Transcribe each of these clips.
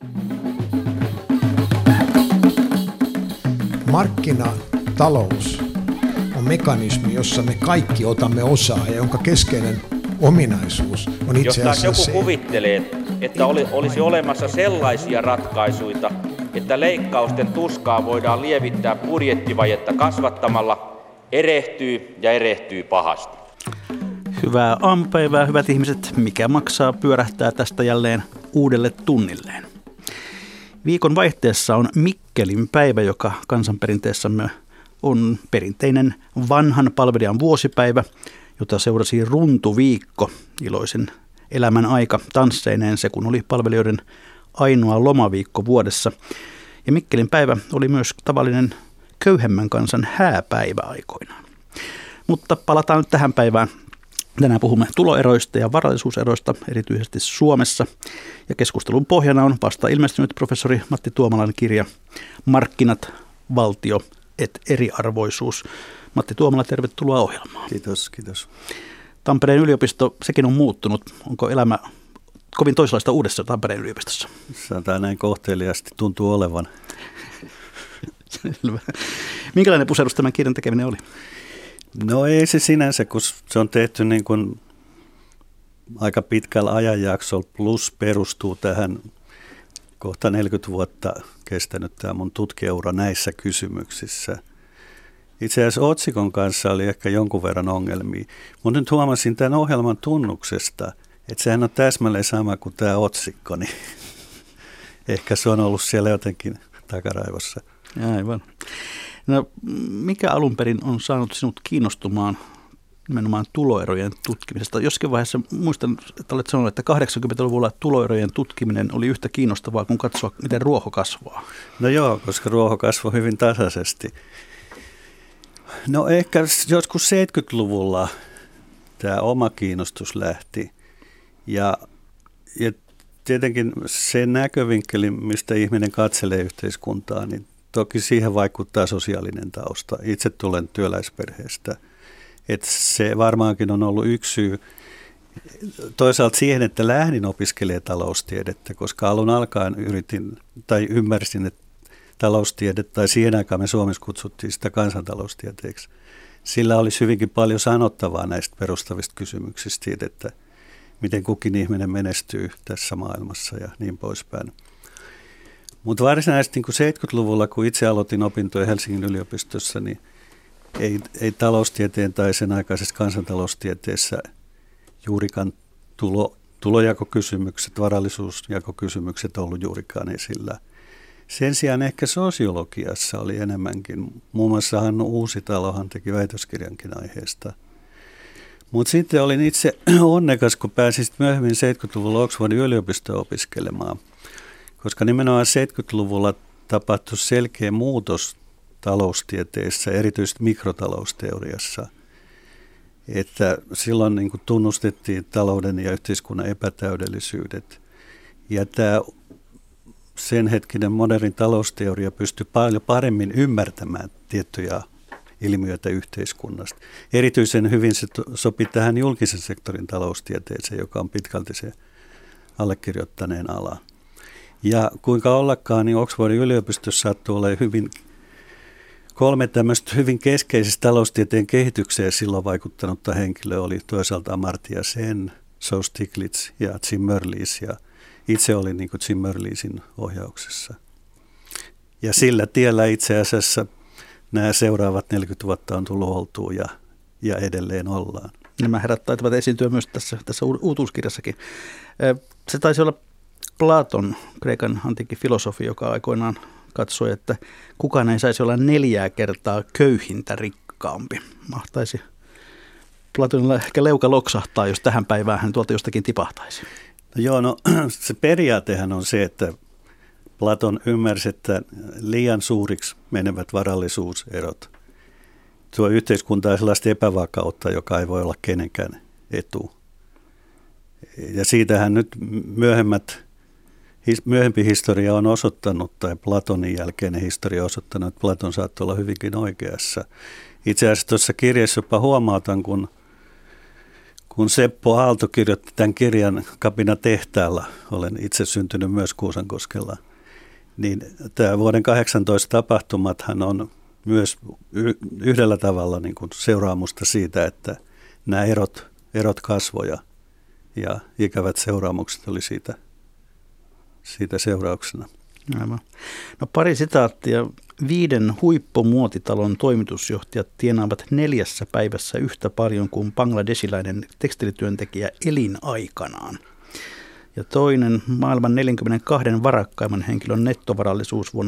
Markkinatalous on mekanismi, jossa me kaikki otamme osaa ja jonka keskeinen ominaisuus on itse asiassa jos joku kuvittelee, että olisi olemassa sellaisia ratkaisuja, että leikkausten tuskaa voidaan lievittää budjettivajetta kasvattamalla, erehtyy pahasti. Hyvää aamupäivää, hyvät ihmiset. Mikä maksaa pyörähtää tästä jälleen uudelle tunnilleen. Viikon vaihteessa on Mikkelin päivä, joka kansanperinteessämme on perinteinen vanhan palvelijan vuosipäivä, jota seurasi runtuviikko, iloisen elämän aika tansseineen, se kun oli palvelijoiden ainoa lomaviikko vuodessa. Ja Mikkelin päivä oli myös tavallinen köyhemmän kansan hääpäivä aikoinaan. Mutta palataan nyt tähän päivään. Tänään puhumme tuloeroista ja varallisuuseroista, erityisesti Suomessa. Ja keskustelun pohjana on vasta ilmestynyt professori Matti Tuomalan kirja Markkinat, valtio et eriarvoisuus. Matti Tuomala, tervetuloa ohjelmaan. Kiitos, kiitos. Tampereen yliopisto, sekin on muuttunut. Onko elämä kovin toisenlaista uudessa Tampereen yliopistossa? Sanotaan näin kohteliaasti, tuntuu olevan. Selvä. Minkälainen puserus tämän kirjan tekeminen oli? No ei se sinänsä, kun se on tehty niin kuin aika pitkällä ajanjaksolla, plus perustuu tähän kohta 40 vuotta kestänyt tämä mun tutkijaura näissä kysymyksissä. Itse asiassa otsikon kanssa oli ehkä jonkun verran ongelmia, mutta nyt huomasin tämän ohjelman tunnuksesta, että sehän on täsmälleen sama kuin tämä otsikko, niin ehkä se on ollut siellä jotenkin takaraivossa. Aivan. No, mikä alun perin on saanut sinut kiinnostumaan nimenomaan tuloerojen tutkimisesta? Joskin vaiheessa muistan, että olet sanonut, että 80-luvulla tuloerojen tutkiminen oli yhtä kiinnostavaa kuin katsoa, miten ruoho kasvaa. No joo, koska ruoho kasvoi hyvin tasaisesti. No ehkä joskus 70-luvulla tämä oma kiinnostus lähti ja tietenkin se näkövinkkeli, mistä ihminen katselee yhteiskuntaa, niin toki siihen vaikuttaa sosiaalinen tausta. Itse tulen työläisperheestä. Että se varmaankin on ollut yksi syy toisaalta siihen, että lähdin opiskelemaan taloustiedettä, koska alun alkaen ymmärsin, että taloustiede, tai siihen aikaan me Suomessa kutsuttiin sitä kansantaloustieteeksi. Sillä olisi hyvinkin paljon sanottavaa näistä perustavista kysymyksistä, että miten kukin ihminen menestyy tässä maailmassa ja niin poispäin. Mutta varsinaisesti niin 70-luvulla, kun itse aloitin opintoja Helsingin yliopistossa, niin ei taloustieteen tai sen aikaisessa kansantaloustieteessä juurikaan tulojakokysymykset, varallisuusjakokysymykset ollut juurikaan esillä. Sen sijaan ehkä sosiologiassa oli enemmänkin. Muun muassa Hannu Uusitalohan teki väitöskirjankin aiheesta. Mutta sitten olin itse onnekas, kun pääsin myöhemmin 70-luvulla Oxfordin yliopistoon opiskelemaan. Koska nimenomaan 70-luvulla tapahtui selkeä muutos taloustieteessä, erityisesti mikrotalousteoriassa. Että silloin niin kuin tunnustettiin talouden ja yhteiskunnan epätäydellisyydet. Ja tämä sen hetkinen moderni talousteoria pystyi paljon paremmin ymmärtämään tiettyjä ilmiöitä yhteiskunnasta. Erityisen hyvin se sopi tähän julkisen sektorin taloustieteeseen, joka on pitkälti se allekirjoittaneen ala. Ja kuinka ollakaan, niin Oxfordin yliopistossa sattuu olla kolme tämmöistä hyvin keskeisistä taloustieteen kehitykseen silloin vaikuttanutta henkilöä oli toisaalta Amartya Sen, Joe Stiglitz ja Jim Mirrlees, ja itse olin niin kuin Jim Mirrleesin ohjauksessa. Ja sillä tiellä itse asiassa nämä seuraavat 40 vuotta on tullut oltua ja edelleen ollaan. Nämä herrat taitavat esiintyä myös tässä uutuuskirjassakin. Se taisi olla Platon, Kreikan antiikin filosofi, joka aikoinaan katsoi, että kukaan ei saisi olla 4 kertaa köyhintä rikkaampi. Mahtaisi Platonilla ehkä leuka loksahtaa, jos tähän päivään hän tuolta jostakin tipahtaisi. No se periaatehan on se, että Platon ymmärsi, että liian suuriksi menevät varallisuuserot tuo yhteiskuntaan sellaista epävakautta, joka ei voi olla kenenkään etu. Ja siitähän nyt myöhempi historia on osoittanut, tai Platonin jälkeinen historia on osoittanut, että Platon saattoi olla hyvinkin oikeassa. Itse asiassa tuossa kirjassa jopa huomautan, kun kun Seppo Aalto kirjoitti tämän kirjan Kapina tehtaalla, olen itse syntynyt myös Kuusankoskella, niin tämä vuoden 18 tapahtumathan on myös yhdellä tavalla niin kuin seuraamusta siitä, että nämä erot kasvoja ja ikävät seuraamukset oli siitä seurauksena. Aivan. No pari sitaattia. 5 huippumuotitalon toimitusjohtajat tienaavat 4 päivässä yhtä paljon kuin bangladesilainen tekstilityöntekijä elinaikanaan. Ja toinen, maailman 42 varakkaimman henkilön nettovarallisuus vuonna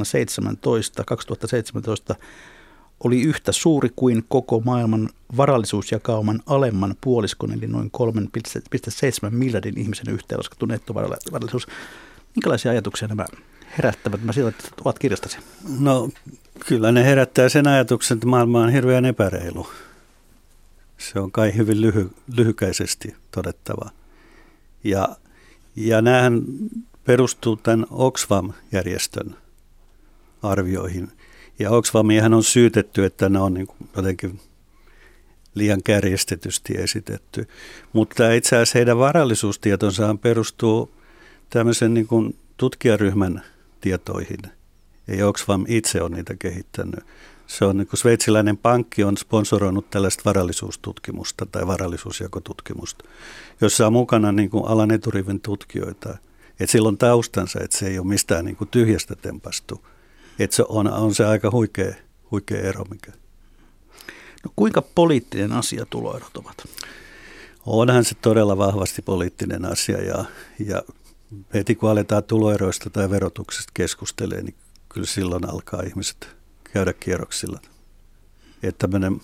2017 oli yhtä suuri kuin koko maailman varallisuusjakauman alemman puoliskon, eli noin 3,7 miljardin ihmisen yhteenlaskettu nettovarallisuus. Minkälaisia ajatuksia nämä herättävät? Mä siitä ovat kirjastasi. No kyllä ne herättää sen ajatuksen, että maailma on hirveän epäreilu. Se on kai hyvin lyhykäisesti todettava. Ja näähän perustuu tämän Oxfam-järjestön arvioihin. Ja Oxfamiahan on syytetty, että ne on niin kuin jotenkin liian kärjestetysti esitetty. Mutta itse asiassa heidän varallisuustietonsahan perustuu tämmöisen niin kuin tutkijaryhmän tietoihin. Ei Oxfam itse ole niitä kehittänyt. Se on niin kuin sveitsiläinen pankki on sponsoroinut tällaista varallisuustutkimusta tai varallisuusjakotutkimusta, jossa on mukana niin kuin alan eturivin tutkijoita. Et sillä on taustansa, että se ei ole mistään niin kuin tyhjästä tempastu. Että se on se aika huikea ero mikä. No kuinka poliittinen asia tuloerot ovat? Onhan se todella vahvasti poliittinen asia ja heti kun aletaan tuloeroista tai verotuksesta keskustelemaan, niin kyllä silloin alkaa ihmiset käydä kierroksilla. Että tämmöinen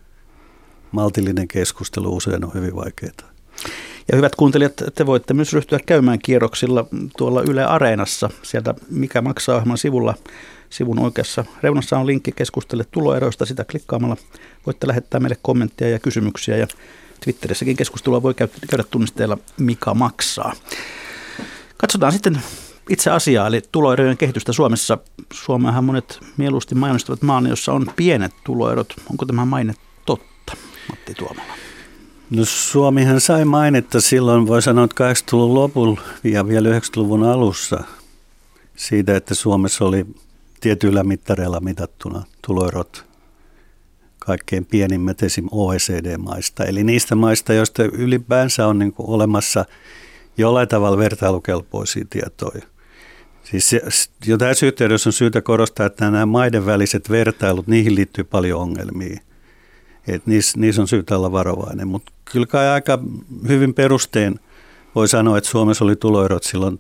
maltillinen keskustelu usein on hyvin vaikeaa. Ja hyvät kuuntelijat, te voitte myös ryhtyä käymään kierroksilla tuolla Yle Areenassa. Sieltä Mikä maksaa -ohjelman sivulla. Sivun oikeassa reunassa on linkki Keskustele tuloeroista. Sitä klikkaamalla voitte lähettää meille kommentteja ja kysymyksiä. Ja Twitterissäkin keskustelua voi käydä tunnisteella Mikä maksaa. Katsotaan sitten itse asiaa, eli tuloerojen kehitystä Suomessa. Suomeahan monet mieluusti mainostavat maan, jossa on pienet tuloerot. Onko tämä maine totta, Matti Tuomala? No Suomihan sai mainetta silloin, voi sanoa, että 80-luvun lopulla ja vielä 90-luvun alussa siitä, että Suomessa oli tietyillä mittareilla mitattuna tuloerot kaikkein pienimmät esim. OECD-maista. Eli niistä maista, joista ylipäänsä on niin kuin olemassa jollain tavalla vertailukelpoisia tietoja. Siis jo tässä yhteydessä on syytä korostaa, että nämä maiden väliset vertailut, niihin liittyy paljon ongelmia. Että niissä on syytä olla varovainen, mutta kyllä kai aika hyvin voi sanoa, että Suomessa oli tuloerot silloin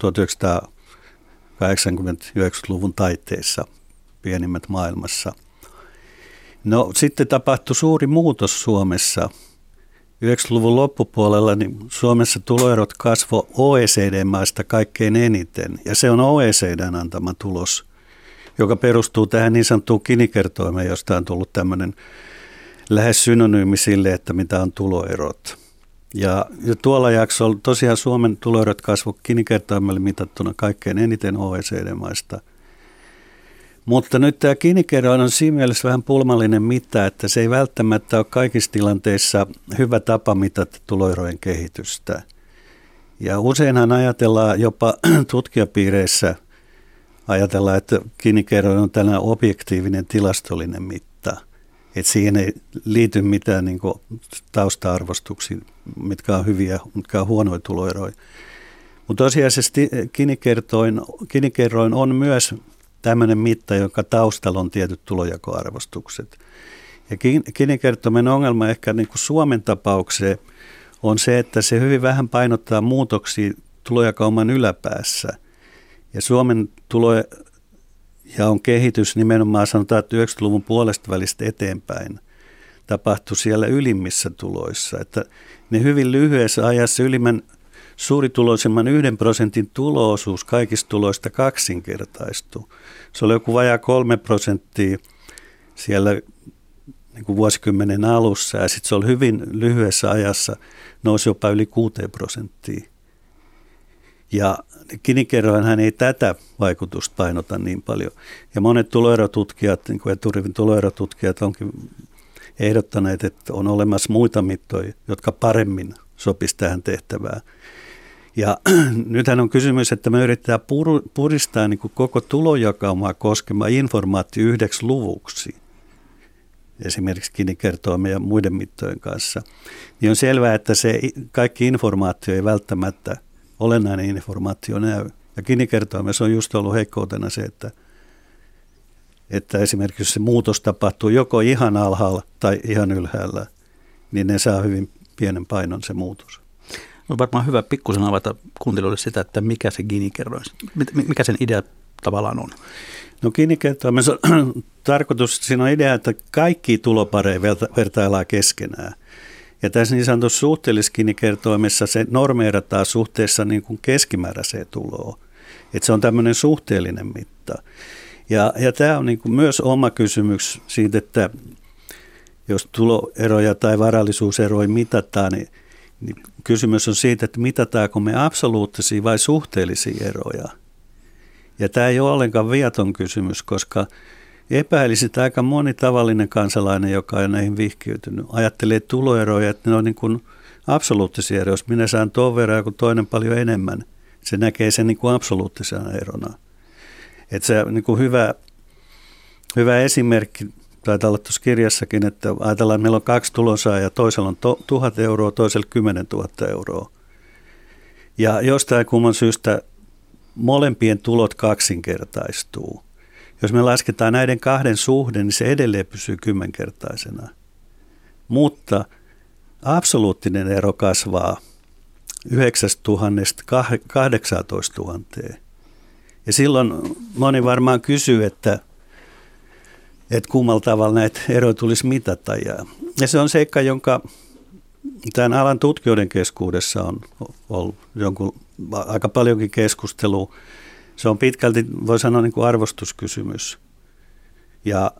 1980-90-luvun taitteessa pienimmät maailmassa. No sitten tapahtui suuri muutos Suomessa. 90-luvun loppupuolella niin Suomessa tuloerot kasvoi OECD-maista kaikkein eniten, ja se on OECD:n antama tulos, joka perustuu tähän niin sanottuun Gini-kertoimeen, josta on tullut tämmöinen lähes synonyymi sille, että mitä on tuloerot. Ja tuolla jaksolla tosiaan Suomen tuloerot kasvoi Gini-kertoimelle mitattuna kaikkein eniten OECD-maista. Mutta nyt tämä Gini-kerroin on siinä mielessä vähän pulmallinen mitta, että se ei välttämättä ole kaikissa tilanteissa hyvä tapa mitata tuloerojen kehitystä. Ja useinhan ajatellaan jopa tutkijapiireissä, että Gini-kerroin on tällainen objektiivinen tilastollinen mitta. Että siihen ei liity mitään niin kuin tausta-arvostuksia, mitkä on hyviä, mitkä on huonoja tuloeroja. Mutta tosiasiassa Gini-kerroin on myös tämmöinen mitta, jonka taustalla on tietyt tulojakoarvostukset. Ja Gini-kertoimen ongelma ehkä niin kuin Suomen tapaukseen on se, että se hyvin vähän painottaa muutoksia tulojakauman yläpäässä. Ja Suomen tulojaon kehitys nimenomaan sanotaan, että 90-luvun puolesta välistä eteenpäin tapahtui siellä ylimmissä tuloissa. Että ne hyvin lyhyessä ajassa suurituloisemman 1% tulo-osuus kaikista tuloista kaksinkertaistui. Se oli joku vajaa 3% siellä niin kuin vuosikymmenen alussa, ja sitten se oli hyvin lyhyessä ajassa, nousi jopa yli 6%. Ja Gini-kerroinhan ei tätä vaikutusta painota niin paljon. Ja monet tuloerotutkijat, niin kuin eturivin tuloerotutkijat, onkin ehdottaneet, että on olemassa muita mittoja, jotka paremmin sopisi tähän tehtävään. Ja nythän on kysymys, että me yritetään puristaa niin kuin koko tulojakaumaa koskemaan informaatio yhdeksi luvuksi, esimerkiksi Gini-kertoimen ja muiden mittojen kanssa. Niin on selvää, että se kaikki informaatio ei välttämättä olennainen informaatio näy. Ja Gini-kertoimessa on just ollut heikkoutena se, että esimerkiksi se muutos tapahtuu joko ihan alhaalla tai ihan ylhäällä, niin ne saa hyvin pienen painon se muutos. On varmaan hyvä pikkusen avata kuuntelijoille sitä, että mikä se Gini-kerroin, mikä sen idea tavallaan on. No Gini-kertoimessa on tarkoitus, siinä on idea, että kaikki tulopareja vertaillaan keskenään. Ja tässä niin sanotussa suhteellisessa Gini-kertoimessa se normeerataan suhteessa niin kuin keskimääräiseen tuloon. Että se on tämmöinen suhteellinen mitta. Ja tämä on niin kuin myös oma kysymys siitä, että jos tuloeroja tai varallisuuseroja mitataan, niin kysymys on siitä, että mitataanko me absoluuttisia vai suhteellisia eroja. Ja tämä ei ole ollenkaan viaton kysymys, koska epäilisi, että aika moni tavallinen kansalainen, joka on näihin vihkiytynyt, ajattelee tuloeroja, että ne on niin kuin absoluuttisia eroja. Jos minä saan tuon verran joku toinen paljon enemmän, se näkee sen niin kuin absoluuttisena erona. Että se niin kuin hyvä esimerkki, taitaa olla tuossa kirjassakin, että ajatellaan, että meillä on 2 tulonsaajaa, toisella on 1 000 euroa, toisella 10 000 euroa. Ja jostain kumman syystä molempien tulot kaksinkertaistuu. Jos me lasketaan näiden kahden suhde, niin se edelleen pysyy 10-kertaisena. Mutta absoluuttinen ero kasvaa 9 000 18 000. Ja silloin moni varmaan kysyy, että kummalla tavalla näitä eroja tulisi mitata. Ja se on seikka, jonka tämän alan tutkijoiden keskuudessa on ollut aika paljonkin keskustelua. Se on pitkälti, voi sanoa, niin kuin arvostuskysymys. Ja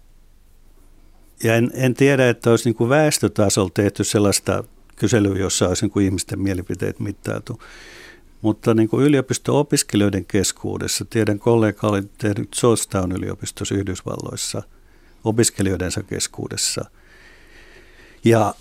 en tiedä, että olisi niin kuin väestötasolla tehty sellaista kyselyä, jossa olisi niin kuin ihmisten mielipiteet mittailtu. Mutta niin kuin yliopisto-opiskelijoiden keskuudessa, tiedän kollega oli tehnyt Georgetown yliopistossa Yhdysvalloissa opiskelijoidensa keskuudessa. Ja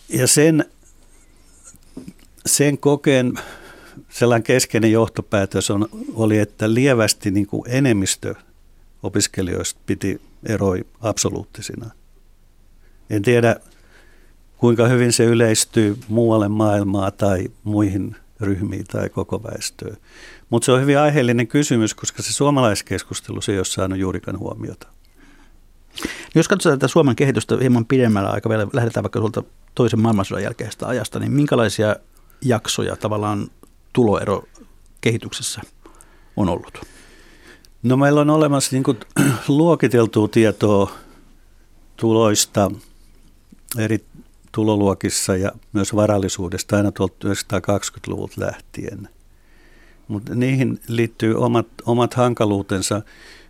sen kokeen sellainen keskeinen johtopäätös oli, että lievästi niin kuin enemmistö opiskelijoista piti eroja absoluuttisina. En tiedä, kuinka hyvin se yleistyy muualle maailmaa tai muihin ryhmiin tai koko väestöön. Mutta se on hyvin aiheellinen kysymys, koska se suomalaiskeskustelu se ei ole saanut juurikaan huomiota. Jos katsotaan tätä Suomen kehitystä hieman pidemmällä aikavälillä, lähdetään vaikka tuolta toisen maailmansodan jälkeisestä ajasta, niin minkälaisia jaksoja tavallaan tuloerokehityksessä on ollut? No meillä on olemassa niin kuin luokiteltua tietoa tuloista eri tuloluokissa ja myös varallisuudesta aina tuolta 1920-luvulta lähtien. Mutta niihin liittyy omat hankaluutensa.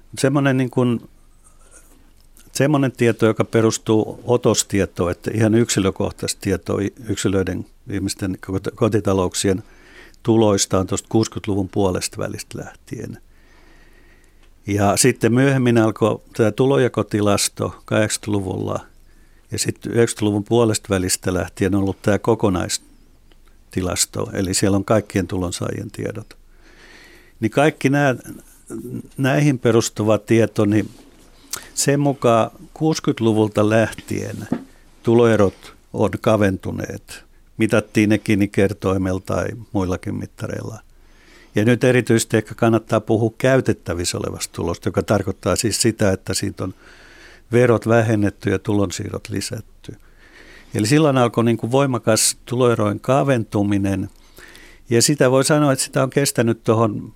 Semmoinen tieto, joka perustuu otostietoon, että ihan yksilökohtaista tietoa yksilöiden ihmisten kotitalouksien tuloista on tuosta 60-luvun puolesta välistä lähtien. Ja sitten myöhemmin alkoi tämä tulojakotilasto 80-luvulla ja sitten 90-luvun puolesta välistä lähtien on ollut tämä kokonaistilasto, eli siellä on kaikkien tulonsaajien tiedot. Niin kaikki näihin perustuva tieto, niin sen mukaan 60-luvulta lähtien tuloerot on kaventuneet. Mitattiin ne Gini-kertoimella tai muillakin mittareilla. Ja nyt erityisesti ehkä kannattaa puhua käytettävissä olevasta tulosta, joka tarkoittaa siis sitä, että siitä on verot vähennetty ja tulonsiirrot lisätty. Eli silloin alkoi niin kuin voimakas tuloerojen kaventuminen. Ja sitä voi sanoa, että sitä on kestänyt tuohon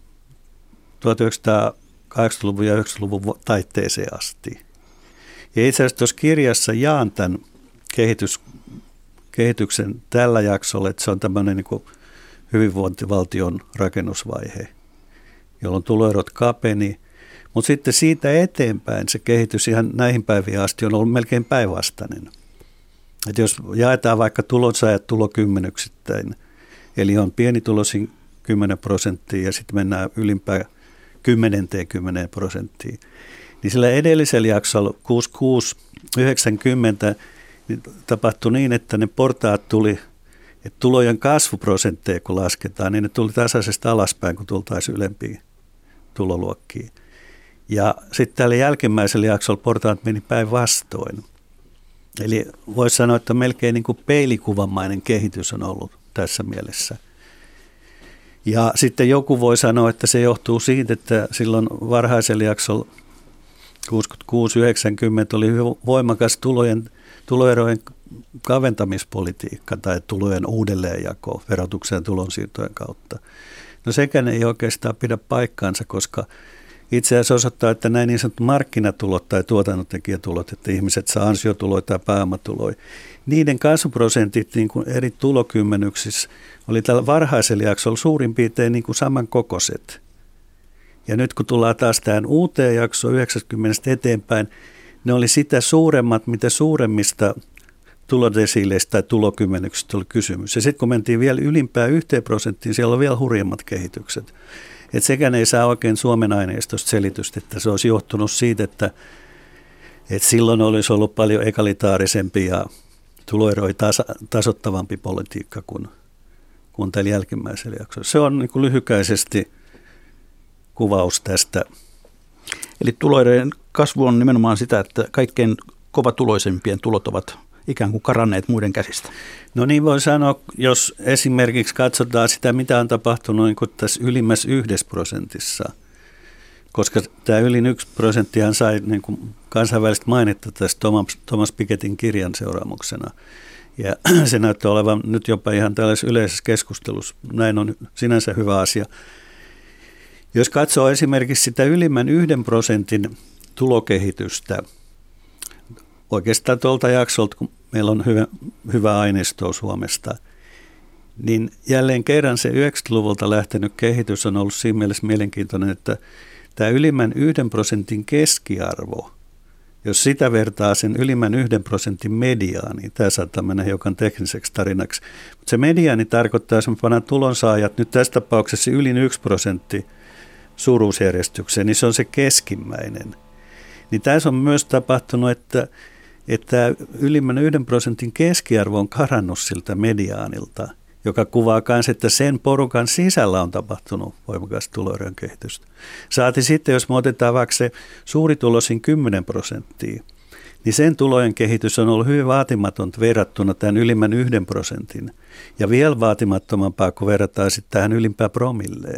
1980-luvun ja 90-luvun taitteeseen asti. Ja itse asiassa tuossa kirjassa jaan tämän kehityksen tällä jaksolla, että se on tämmöinen niin kuin hyvinvointivaltion rakennusvaihe, jolloin tuloerot kapeni. Mutta sitten siitä eteenpäin se kehitys ihan näihin päiviin asti on ollut melkein päinvastainen. Että jos jaetaan vaikka tulonsaajat tulokymmenyksittäin, eli on pienituloisin 10% ja sitten mennään ylimpään 10%, niin sillä edellisellä jaksolla 66-90 niin tapahtui niin, että ne portaat tuli että tulojen kasvuprosentteja kun lasketaan, niin ne tuli tasaisesti alaspäin, kun tultaisiin ylempiin tuloluokkiin. Ja sitten tällä jälkimmäisellä jaksolla portaat meni päinvastoin. Eli voisi sanoa, että melkein niin kuin peilikuvamainen kehitys on ollut tässä mielessä. Ja sitten joku voi sanoa, että se johtuu siitä, että silloin varhaisella jaksolla 66-90 oli hyvin voimakas tuloerojen kaventamispolitiikka tai tulojen uudelleenjako verotuksen ja tulonsiirtojen kautta. No sekään ei oikeastaan pidä paikkaansa, koska itse asiassa osoittaa, että näin niin sanottu markkinatulot tai tuotannontekijätulot, että ihmiset saa ansiotuloja tai pääomatuloja, niiden kasvuprosentit niin kuin eri tulokymmenyksissä oli tällä varhaisella jaksolla suurin piirtein niin kuin samankokoiset. Ja nyt kun tullaan taas tähän uuteen jaksoon 90 eteenpäin, ne oli sitä suuremmat, mitä suuremmista tulodesiileistä tai tulokymmenyksistä oli kysymys. Ja sitten kun mentiin vielä ylimpään 1%, siellä on vielä hurjemmat kehitykset. Että sekään ei saa oikein Suomen aineistosta selitystä, että se olisi johtunut siitä, että silloin olisi ollut paljon egalitaarisempi ja tuloeroja tasoittavampi politiikka kuin tällä jälkimmäisellä jaksolla. Se on niin kuin lyhykäisesti kuvaus tästä. Eli tuloerojen kasvu on nimenomaan sitä, että kaikkein kovatuloisempien tulot ovat ikään kuin karanneet muiden käsistä. No niin voi sanoa, jos esimerkiksi katsotaan sitä, mitä on tapahtunut niin kuin tässä ylimmässä 1%, koska tämä ylin 1% sai niin kuin kansainvälistä mainetta tästä Thomas Pikettin kirjan seuraamuksena. Ja se näyttää olevan nyt jopa ihan tällaisessa yleisessä keskustelussa. Näin on sinänsä hyvä asia. Jos katsoo esimerkiksi sitä ylimmän 1% tulokehitystä, oikeastaan tuolta jaksolta, kun meillä on hyvä aineistoa Suomesta, niin jälleen kerran se 90-luvulta lähtenyt kehitys on ollut siinä mielessä mielenkiintoinen, että tämä ylimmän 1% keskiarvo, jos sitä vertaa sen ylimmän 1% mediaani, niin tämä saattaa mennä hiukan tekniseksi tarinaksi, mutta se mediaani tarkoittaa, jos me pannaan tulonsaajat nyt tässä tapauksessa ylin 1% suuruusjärjestykseen, niin se on se keskimmäinen. Niin tässä on myös tapahtunut, että ylimmän 1% keskiarvo on karannut siltä mediaanilta, joka kuvaa myös, että sen porukan sisällä on tapahtunut voimakas tuloerojen kehitystä. Saati sitten, jos me otetaan vaikka se suurituloisin 10%, niin sen tulojen kehitys on ollut hyvin vaatimatonta verrattuna tämän ylimmän 1%, ja vielä vaatimattomampaa, kun verrataan sitten tähän ylimpään promilleen.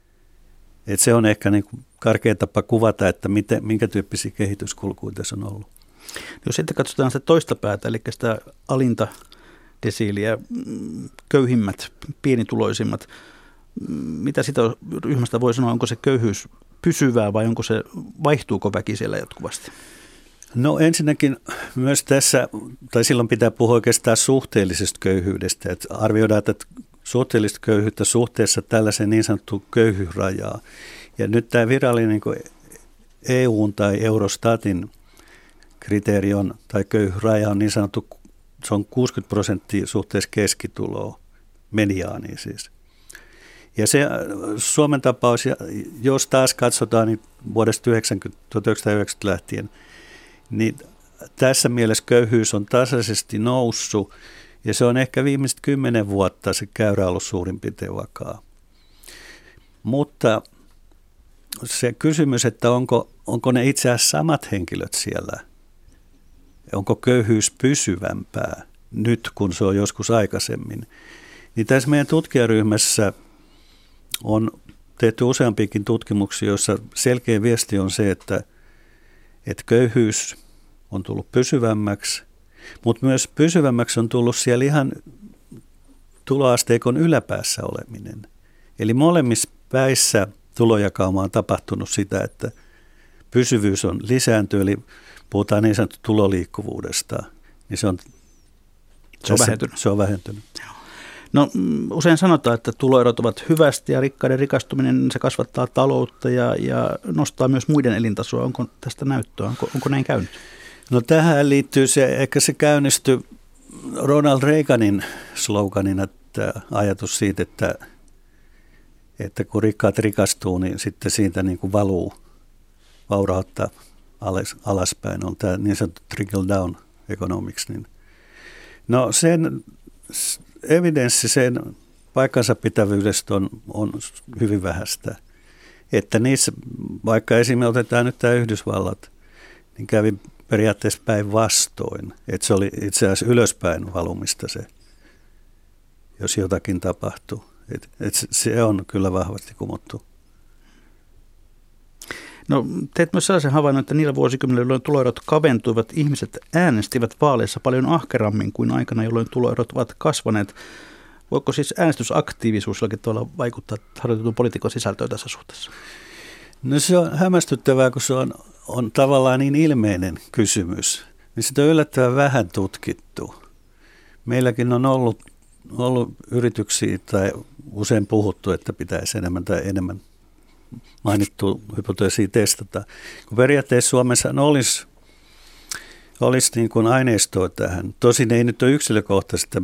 Et se on ehkä niin kuin karkea tapa kuvata, että minkä tyyppisiä kehityskulkuja tässä on ollut. Jos sitten katsotaan sitä toista päätä, eli sitä alinta desiiliä, köyhimmät, pienituloisimmat, mitä sitä ryhmästä voi sanoa, onko se köyhyys pysyvää vai vaihtuuko väki siellä jatkuvasti? No ensinnäkin myös tässä, tai silloin pitää puhua oikeastaan suhteellisesta köyhyydestä, että arvioidaan, että suhteellista köyhyyttä suhteessa tällaiseen niin sanottuun köyhyysrajaan. Ja nyt tämä virallinen niin EU:n tai Eurostatin kriteeri on, tai köyhyysraja on niin sanottu, se on 60% suhteessa keskituloa, mediaaniin siis. Ja se Suomen tapaus, jos taas katsotaan niin vuodesta 1990 lähtien, niin tässä mielessä köyhyys on tasaisesti noussut, ja se on ehkä viimeiset 10 vuotta se käyrä ollut suurin piirtein vakaa. Mutta se kysymys, että onko ne itse asiassa samat henkilöt siellä, onko köyhyys pysyvämpää nyt, kun se on joskus aikaisemmin, niin tässä meidän tutkijaryhmässä on tehty useampiakin tutkimuksia, joissa selkeä viesti on se, että köyhyys on tullut pysyvämmäksi, mutta myös pysyvämmäksi on tullut siellä ihan tuloasteikon yläpäässä oleminen. Eli molemmissa päissä tulojakauma on tapahtunut sitä, että pysyvyys on lisääntynyt, eli puhutaan niin sanottu tuloliikkuvuudesta, niin se on vähentynyt. Se on vähentynyt. No usein sanotaan, että tuloerot ovat hyvästä ja rikkaiden rikastuminen, se kasvattaa taloutta ja nostaa myös muiden elintasoa. Onko tästä näyttöä? Onko näin käynyt? No tähän liittyy ehkä se käynnistyi Ronald Reaganin sloganina, että ajatus siitä, että kun rikkaat rikastuu, niin sitten siitä niin kuin valuu vaurautta alaspäin. On tämä niin sanottu trickle down economics. Niin. No evidenssi sen paikkansa pitävyydestä on hyvin vähäistä. Että niissä, vaikka esimerkiksi otetaan nyt tämä Yhdysvallat, niin kävi periaatteessa päinvastoin. Että se oli itse asiassa ylöspäin valumista se, jos jotakin tapahtuu. Et se on kyllä vahvasti kumottu. No, teet myös sellaisen havainnon, että niillä vuosikymmenillä, jolloin tuloerot kaventuivat, ihmiset äänestivät vaaleissa paljon ahkerammin kuin aikana, jolloin tuloerot ovat kasvaneet. Voiko siis äänestysaktiivisuus jollakin tavalla vaikuttaa harjoitetun poliitikon sisältöön tässä suhteessa? No se on hämmästyttävää, kun se on tavallaan niin ilmeinen kysymys. Niin sitä on yllättävän vähän tutkittu. Meilläkin on ollut yrityksiä tai usein puhuttu, että pitäisi enemmän tai enemmän mainittu hypoteesia testata. Kun periaatteessa Suomessa olisi niin kuin aineistoa tähän. Tosin ei nyt ole yksilökohtaisesti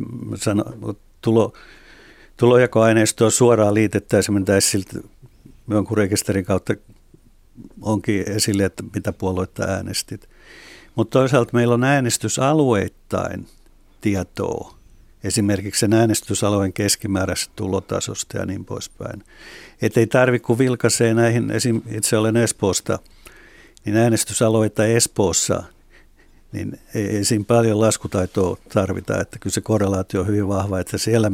tulojakoaineistoa suoraan liitettäisiin, mentäisiin siltä jonkun rekisterin kautta onkin esille, että mitä puolueita äänestit. Mutta toisaalta meillä on äänestysalueittain tietoa. Esimerkiksi sen äänestysalueen keskimääräisestä tulotasosta ja niin poispäin. Että ei tarvitse, kun vilkaisee näihin, itse olen Espoosta, niin äänestysalueita Espoossa, niin ei siinä paljon laskutaitoa tarvita. Että kyllä se korrelaatio on hyvin vahva, että siellä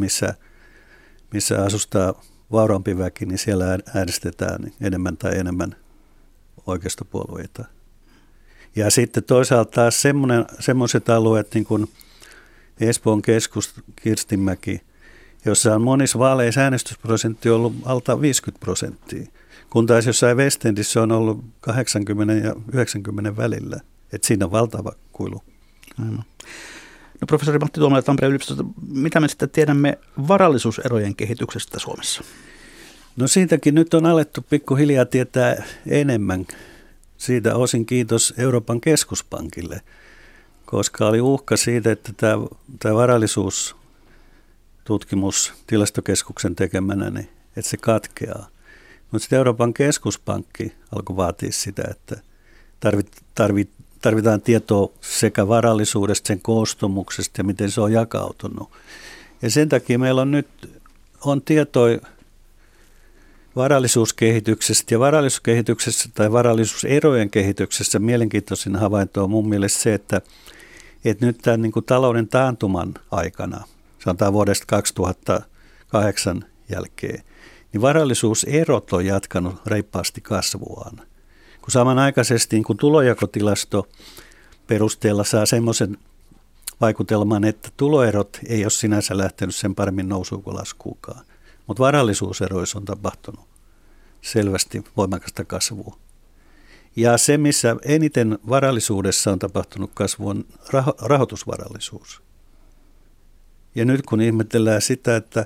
missä asustaa vauraampi väki, niin siellä äänestetään enemmän tai enemmän oikeistopuolueita. Ja sitten toisaalta taas semmoiset alueet, niin kuin Espoon keskus, Kirstinmäki, jossa on monissa vaaleissa äänestysprosentti ollut alta 50%, kun taas jossain Westendissä on ollut 80 ja 90 välillä. Että siinä on valtava kuilu. Aivan. No, professori Matti Tuomala Tampereen yliopistosta, mitä me sitten tiedämme varallisuuserojen kehityksestä Suomessa? No siitäkin nyt on alettu pikkuhiljaa tietää enemmän. Siitä osin kiitos Euroopan keskuspankille, koska oli uhka siitä, että tämä varallisuustutkimus Tilastokeskuksen tekemänä, niin, että se katkeaa. Mutta sitten Euroopan keskuspankki alkoi vaatia sitä, että tarvitaan tietoa sekä varallisuudesta, sen koostumuksesta ja miten se on jakautunut. Ja sen takia meillä on nyt tietoa varallisuuskehityksestä, ja varallisuuskehityksessä tai varallisuuserojen kehityksessä mielenkiintoisin havainto on mun mielestä se, että nyt tämän niin kuin talouden taantuman aikana, sanotaan vuodesta 2008 jälkeen, niin varallisuuserot on jatkanut reippaasti kasvuaan. Kun samanaikaisesti niin kun tulojakotilasto perusteella saa semmoisen vaikutelman, että tuloerot ei ole sinänsä lähtenyt sen paremmin nousuun kuin laskuukaan. Mutta varallisuuseroissa on tapahtunut selvästi voimakasta kasvua. Ja se, missä eniten varallisuudessa on tapahtunut kasvu, on rahoitusvarallisuus. Ja nyt kun ihmetellään sitä, että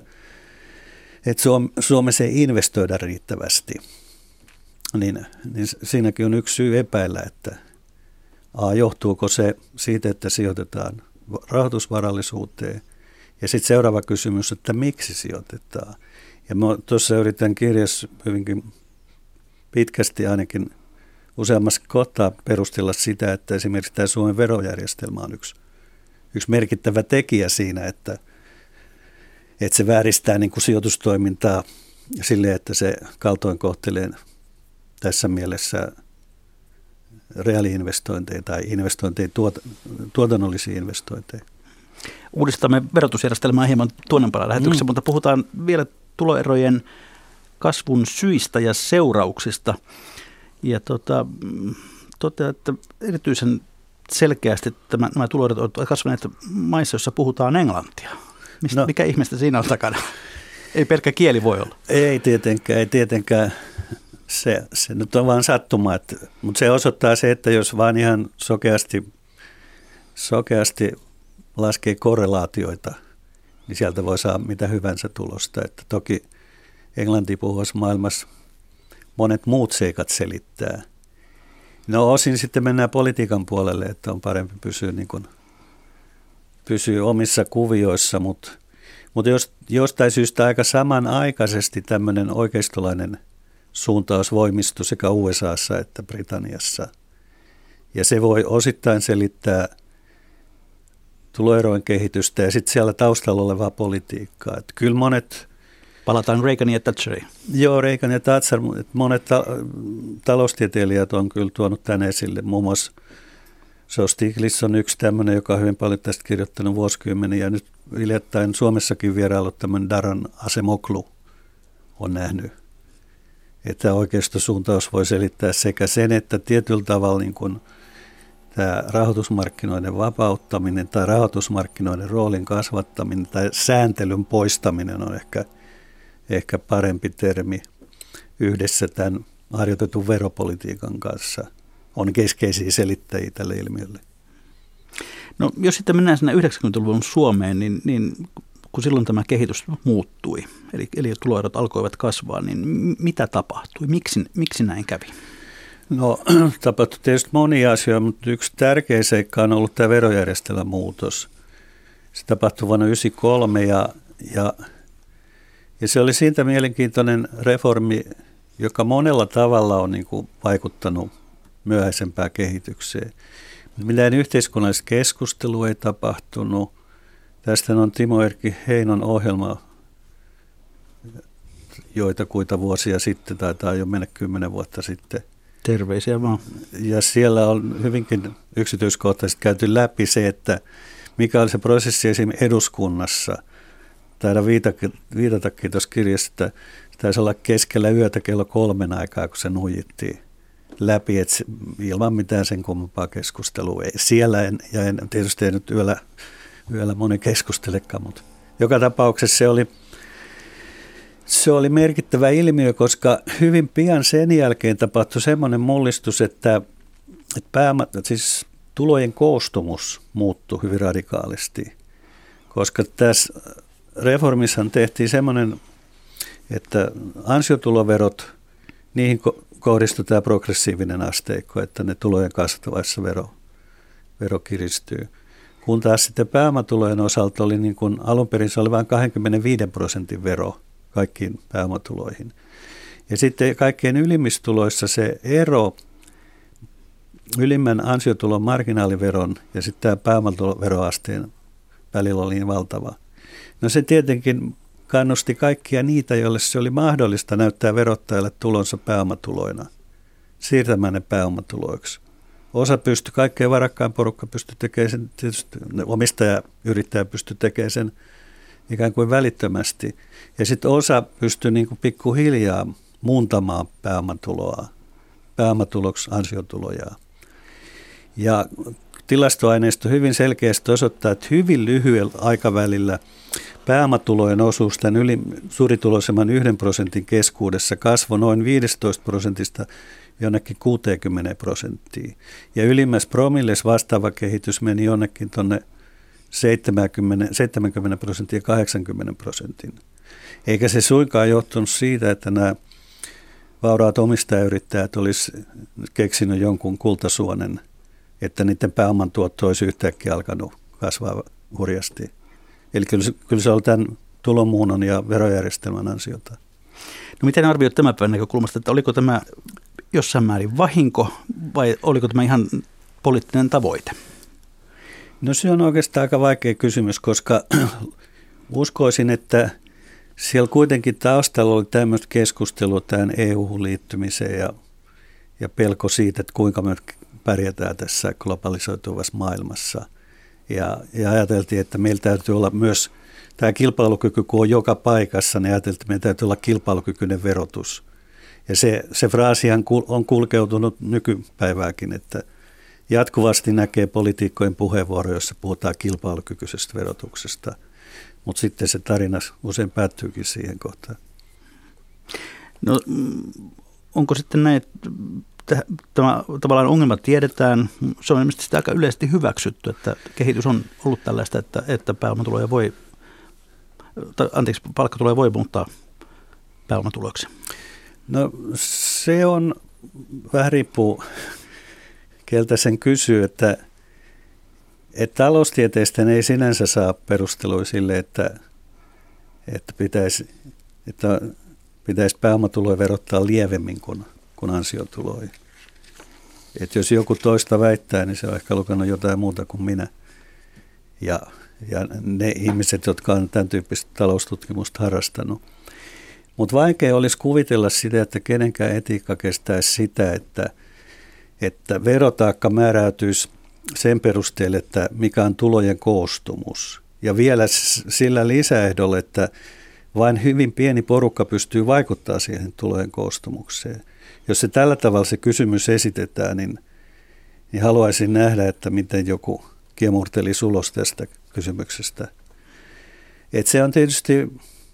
Suomessa ei investoida riittävästi, niin siinäkin on yksi syy epäillä, että johtuuko se siitä, että sijoitetaan rahoitusvarallisuuteen. Ja sitten seuraava kysymys, että miksi sijoitetaan. Ja mä tuossa yritän kirjassa hyvinkin pitkästi ainakin useammassa kohtaa perustella sitä, että esimerkiksi tämä Suomen verojärjestelmä on yksi merkittävä tekijä siinä, että se vääristää niin kuin sijoitustoimintaa silleen, että se kaltoinkohtelee tässä mielessä reaali-investointeja tai investointeja, tuotannollisia investointeja. Uudistamme verotusjärjestelmää hieman tuonnempana lähetyksessä, mutta puhutaan vielä tuloerojen kasvun syistä ja seurauksista. Ja toteaa, että erityisen selkeästi nämä tuloerot ovat kasvaneet maissa, joissa puhutaan englantia. Mikä ihmeestä siinä on takana? Ei pelkkä kieli voi olla. Ei tietenkään. Se nyt on vaan sattuma, mutta se osoittaa se, että jos vaan ihan sokeasti laskee korrelaatioita, niin sieltä voi saada mitä hyvänsä tulosta. Että toki englanti puhuvassa maailmassa monet muut seikat selittää. No osin sitten mennään politiikan puolelle, että on parempi pysyä omissa kuvioissa, mutta jostain syystä aika samanaikaisesti tämmöinen oikeistolainen suuntaus voimistui sekä USAssa että Britanniassa. Ja se voi osittain selittää tuloerojen kehitystä ja sitten siellä taustalla olevaa politiikkaa. Että kyllä monet... Palataan Reaganin ja Thatcheriin. Joo, Reagan ja Thatcher, monet taloustieteilijät on kyllä tuonut tämän esille. Muun muassa Stiglitz on yksi tämmöinen, joka on hyvin paljon tästä kirjoittanut vuosikymmeniä. Ja nyt hiljattain Suomessakin vierailut tämmöinen Daran Acemoglu on nähnyt, että oikeistosuuntaus voi selittää sekä sen, että tietyllä tavalla niin kuin tämä rahoitusmarkkinoiden vapauttaminen tai rahoitusmarkkinoiden roolin kasvattaminen tai sääntelyn poistaminen on ehkä parempi termi yhdessä tämän harjoitetun veropolitiikan kanssa on keskeisiä selittäjiä tälle ilmiölle. No jos sitten mennään sinne 90-luvun Suomeen, niin kun silloin tämä kehitys muuttui, eli tuloerot alkoivat kasvaa, niin mitä tapahtui? Miksi näin kävi? No tapahtui tietysti monia asioita, mutta yksi tärkeä seikka on ollut tämä verojärjestelmän muutos. Se tapahtui vuonna 1993 ja se oli siitä mielenkiintoinen reformi, joka monella tavalla on niin kuin vaikuttanut myöhäisempään kehitykseen. Mitään yhteiskunnallista keskustelua ei tapahtunut. Tästä on Timo Erkki Heinon ohjelma joitakuita vuosia sitten, taitaa jo mennä 10 vuotta sitten. Terveisiä vaan. Ja siellä on hyvinkin yksityiskohtaisesti käyty läpi se, että mikä oli se prosessi esimerkiksi eduskunnassa. Taidaan viitatakin tuossa kirjassa, että taisi olla keskellä yötä kello 3 aikaa, kun se nuijittiin läpi, että ilman mitään sen kummempaa keskustelua. Siellä en tietysti ei nyt yöllä moni keskustelekaan, mutta joka tapauksessa se oli merkittävä ilmiö, koska hyvin pian sen jälkeen tapahtui semmoinen mullistus, että siis tulojen koostumus muuttui hyvin radikaalisti, koska tässä reformissa tehtiin semmoinen, että ansiotuloverot, niihin kohdistui tämä progressiivinen asteikko, että ne tulojen kasvavaissa vero kiristyy. Kun taas sitten pääomatulojen osalta oli niin kuin alun perin se oli vain 25% vero kaikkiin pääomatuloihin. Ja sitten kaikkein ylimmissä tuloissa se ero ylimmän ansiotulon marginaaliveron ja sitten tämä pääomatuloveroasteen välillä oli niin valtava. No se tietenkin kannusti kaikkia niitä, joille se oli mahdollista näyttää verottajalle tulonsa pääomatuloina, siirtämään ne pääomatuloiksi. Osa pystyi, kaikkein varakkain porukka pystyi tekemään sen, tietysti omistaja, yrittäjä pystyi tekemään sen ikään kuin välittömästi. Ja sitten osa pystyi niin kuin pikkuhiljaa muuntamaan pääomatuloksi ansiotuloja. Ja tilastoaineisto hyvin selkeästi osoittaa, että hyvin lyhyellä aikavälillä pääomatulojen osuus tämän suurituloisemman 1% keskuudessa kasvoi noin 15% jonnekin 60%. Ja ylimmässä promilles vastaava kehitys meni jonnekin tuonne 70% ja 80%. Eikä se suinkaan johtunut siitä, että nämä vauraat omistajayrittäjät olisi keksinyt jonkun kultasuonen, että niiden pääoman tuotto olisi yhtäkkiä alkanut kasvaa hurjasti. Eli kyllä se on tämän tulomuunnon ja verojärjestelmän ansiota. No miten arvioit tämän päivän näkökulmasta, että oliko tämä jossain määrin vahinko vai oliko tämä ihan poliittinen tavoite? No se on oikeastaan aika vaikea kysymys, koska uskoisin, että siellä kuitenkin taustalla oli tämmöistä keskustelua tähän EU-hun liittymiseen ja pelko siitä, että kuinka me pärjätään tässä globalisoituvassa maailmassa. Ja ajateltiin, että meillä täytyy olla myös tämä kilpailukyky, kun on joka paikassa, niin ajateltiin, että meillä täytyy olla kilpailukykyinen verotus. Ja se fraasihan on kulkeutunut nykypäivääkin, että jatkuvasti näkee poliitikkojen puheenvuoroja, jossa puhutaan kilpailukykyisestä verotuksesta, mutta sitten se tarina usein päättyykin siihen kohtaan. No onko sitten näin, että tämä tavallaan ongelma tiedetään, se on ilmeisesti sitä aika yleisesti hyväksytty, että kehitys on ollut tällaista, että palkkatuloja voi muuttaa pääomatuloiksi. No se on, vähän riippuu keltä sen kysyy, että taloustieteistä ei sinänsä saa perustelua sille, että pitäisi pääomatuloja verottaa lievemmin kuin ansiotuloja. Että jos joku toista väittää, niin se on ehkä lukenut jotain muuta kuin minä. ja ne ihmiset, jotka on tämän tyyppistä taloustutkimusta harrastanut. Mutta vaikea olisi kuvitella sitä, että kenenkään etiikka kestäisi sitä, että verotaakka määräytyisi sen perusteella, että mikä on tulojen koostumus. Ja vielä sillä lisäehdolla, että vain hyvin pieni porukka pystyy vaikuttamaan siihen tulojen koostumukseen. Jos se tällä tavalla se kysymys esitetään, niin haluaisin nähdä, että miten joku kiemurtelisi ulos tästä kysymyksestä. Et se on tietysti,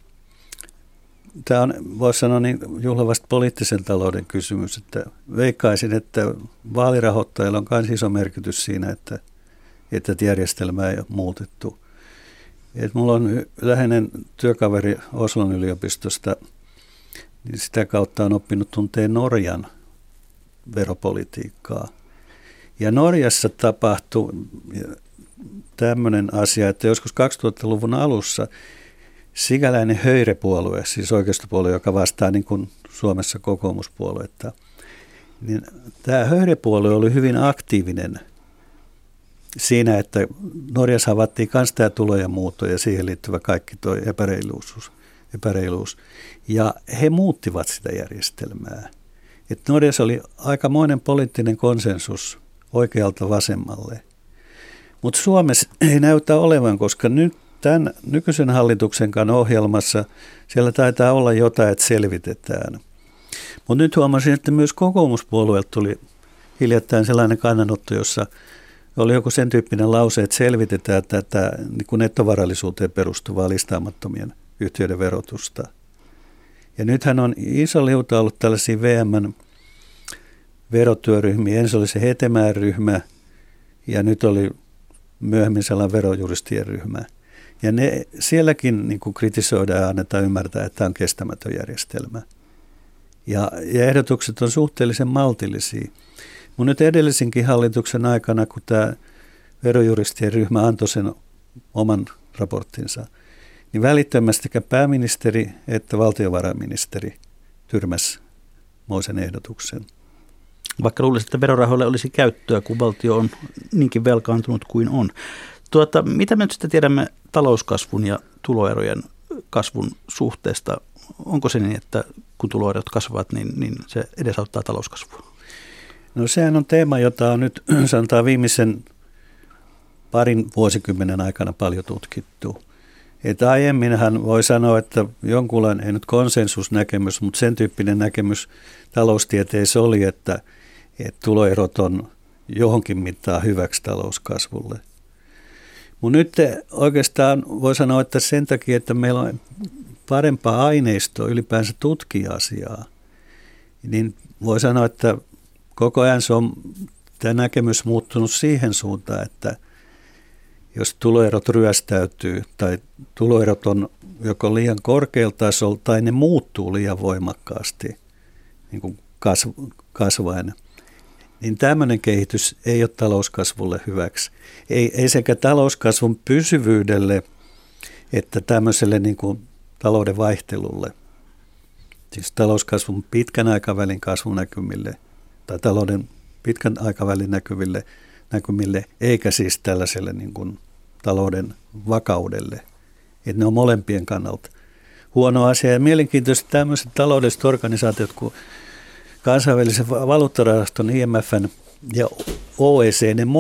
tämä on, voisi sanoa niin juhlavasti poliittisen talouden kysymys, että veikkaisin, että vaalirahoittajilla on myös iso merkitys siinä, että järjestelmää ei ole muutettu. Et mulla on läheinen työkaveri Oslon yliopistosta, niin sitä kautta on oppinut tunteen Norjan veropolitiikkaa. Ja Norjassa tapahtui tämmöinen asia, että joskus 2000-luvun alussa sikäläinen höyrepuolue, siis oikeistopuolue, joka vastaa niin kuin Suomessa kokoomuspuoluetta, niin tämä höyrepuolue oli hyvin aktiivinen siinä, että Norjassa havaittiin myös tämä tulojen muutto ja siihen liittyvä kaikki tuo epäreiluus. Ja he muuttivat sitä järjestelmää. Et Norjassa oli aikamoinen poliittinen konsensus oikealta vasemmalle. Mutta Suomessa ei näytä olevan, koska nyt tämän nykyisen hallituksenkaan ohjelmassa siellä taitaa olla jotain, että selvitetään. Mutta nyt huomasin, että myös kokoomuspuolueelta tuli hiljattain sellainen kannanotto, jossa oli joku sen tyyppinen lause, että selvitetään tätä niin kuin nettovarallisuuteen perustuvaa listaamattomien yhtiöiden verotusta. Ja nythän on iso liuta ollut tällaisia VM:n verotyöryhmiä. Ensin oli se Hetemäen-ryhmä ja nyt oli myöhemmin sellainen verojuristien ryhmä. Ja ne sielläkin niin kuin kritisoidaan ja annetaan ymmärtää, että tämä on kestämätön järjestelmä. Ja ehdotukset on suhteellisen maltillisia. Mun nyt edellisinkin hallituksen aikana, kun tämä verojuristien ryhmä antoi sen oman raporttinsa, niin välittömästi sekä pääministeri että valtiovarainministeri tyrmäsi moisen ehdotuksen. Vaikka luulisin, että verorahoille olisi käyttöä, kun valtio on niinkin velkaantunut kuin on. Mitä me nyt sitten tiedämme talouskasvun ja tuloerojen kasvun suhteesta? Onko se niin, että kun tuloerot kasvavat, niin se edesauttaa talouskasvua? No sehän on teema, jota on nyt sanotaan viimeisen parin vuosikymmenen aikana paljon tutkittu. Että aiemminhan voi sanoa, että jonkunlainen, ei nyt konsensusnäkemys, mutta sen tyyppinen näkemys taloustieteessä oli, että tuloerot on johonkin mittaan hyväksi talouskasvulle. Mutta nyt oikeastaan voi sanoa, että sen takia, että meillä on parempaa aineistoa ylipäänsä tutkia asiaa, niin voi sanoa, että koko ajan se on tämä näkemys muuttunut siihen suuntaan, että jos tuloerot ryöstäytyy tai tuloerot on joko liian korkealla tasolla tai ne muuttuu liian voimakkaasti niin kuin kasvaen, niin tämmöinen kehitys ei ole talouskasvulle hyväksi. Ei sekä talouskasvun pysyvyydelle että tämmöiselle niin kuin talouden vaihtelulle, siis talouskasvun pitkän aikavälin kasvunäkymille tai talouden pitkän aikavälin näkymille, eikä siis tällaiselle niin kuin talouden vakaudelle. Että ne on molempien kannalta huono asia. Ja mielenkiintoisesti tämmöiset taloudelliset organisaatiot kuin kansainvälisen valuuttarahaston, IMF:n ja OECD, ne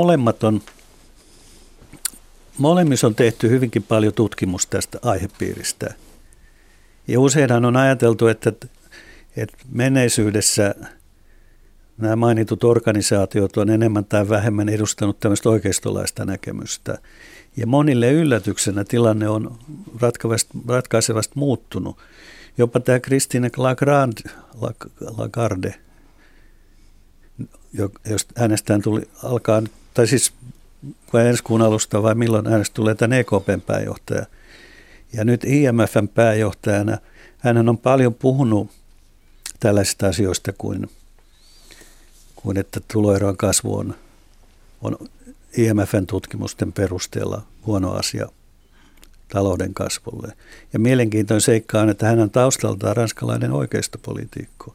molemmissa on tehty hyvinkin paljon tutkimusta tästä aihepiiristä. Ja useinhan on ajateltu, että menneisyydessä nämä mainitut organisaatiot on enemmän tai vähemmän edustanut tämmöistä oikeistolaista näkemystä. Ja monille yllätyksenä tilanne on ratkaisevasti muuttunut. Jopa tämä Christine Lagarde, josta hänestä tuli tai siis ensi kuun alusta vai milloin hänestä tulee tämän EKPn pääjohtaja. Ja nyt IMFn pääjohtajana hän on paljon puhunut tällaisista asioista kuin että tuloeron kasvu on IMFn tutkimusten perusteella huono asia talouden kasvulle. Ja mielenkiintoinen seikka on, että hän on taustaltaan ranskalainen oikeistopoliitikko.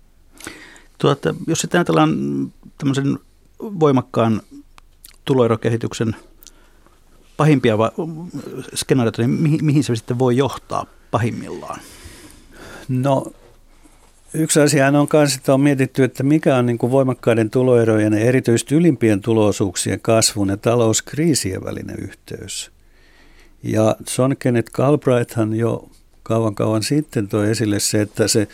Jos sitten ajatellaan tämmöisen voimakkaan tuloerokehityksen pahimpia skenaarioita, niin mihin se sitten voi johtaa pahimmillaan? No yksi asia on myös, että on mietitty, että mikä on niin kuin voimakkaiden tuloerojen ja erityisesti ylimpien tuloosuuksien kasvun ja talouskriisien välinen yhteys. Ja John Kenneth Galbraithhan jo kauan sitten toi esille se, että se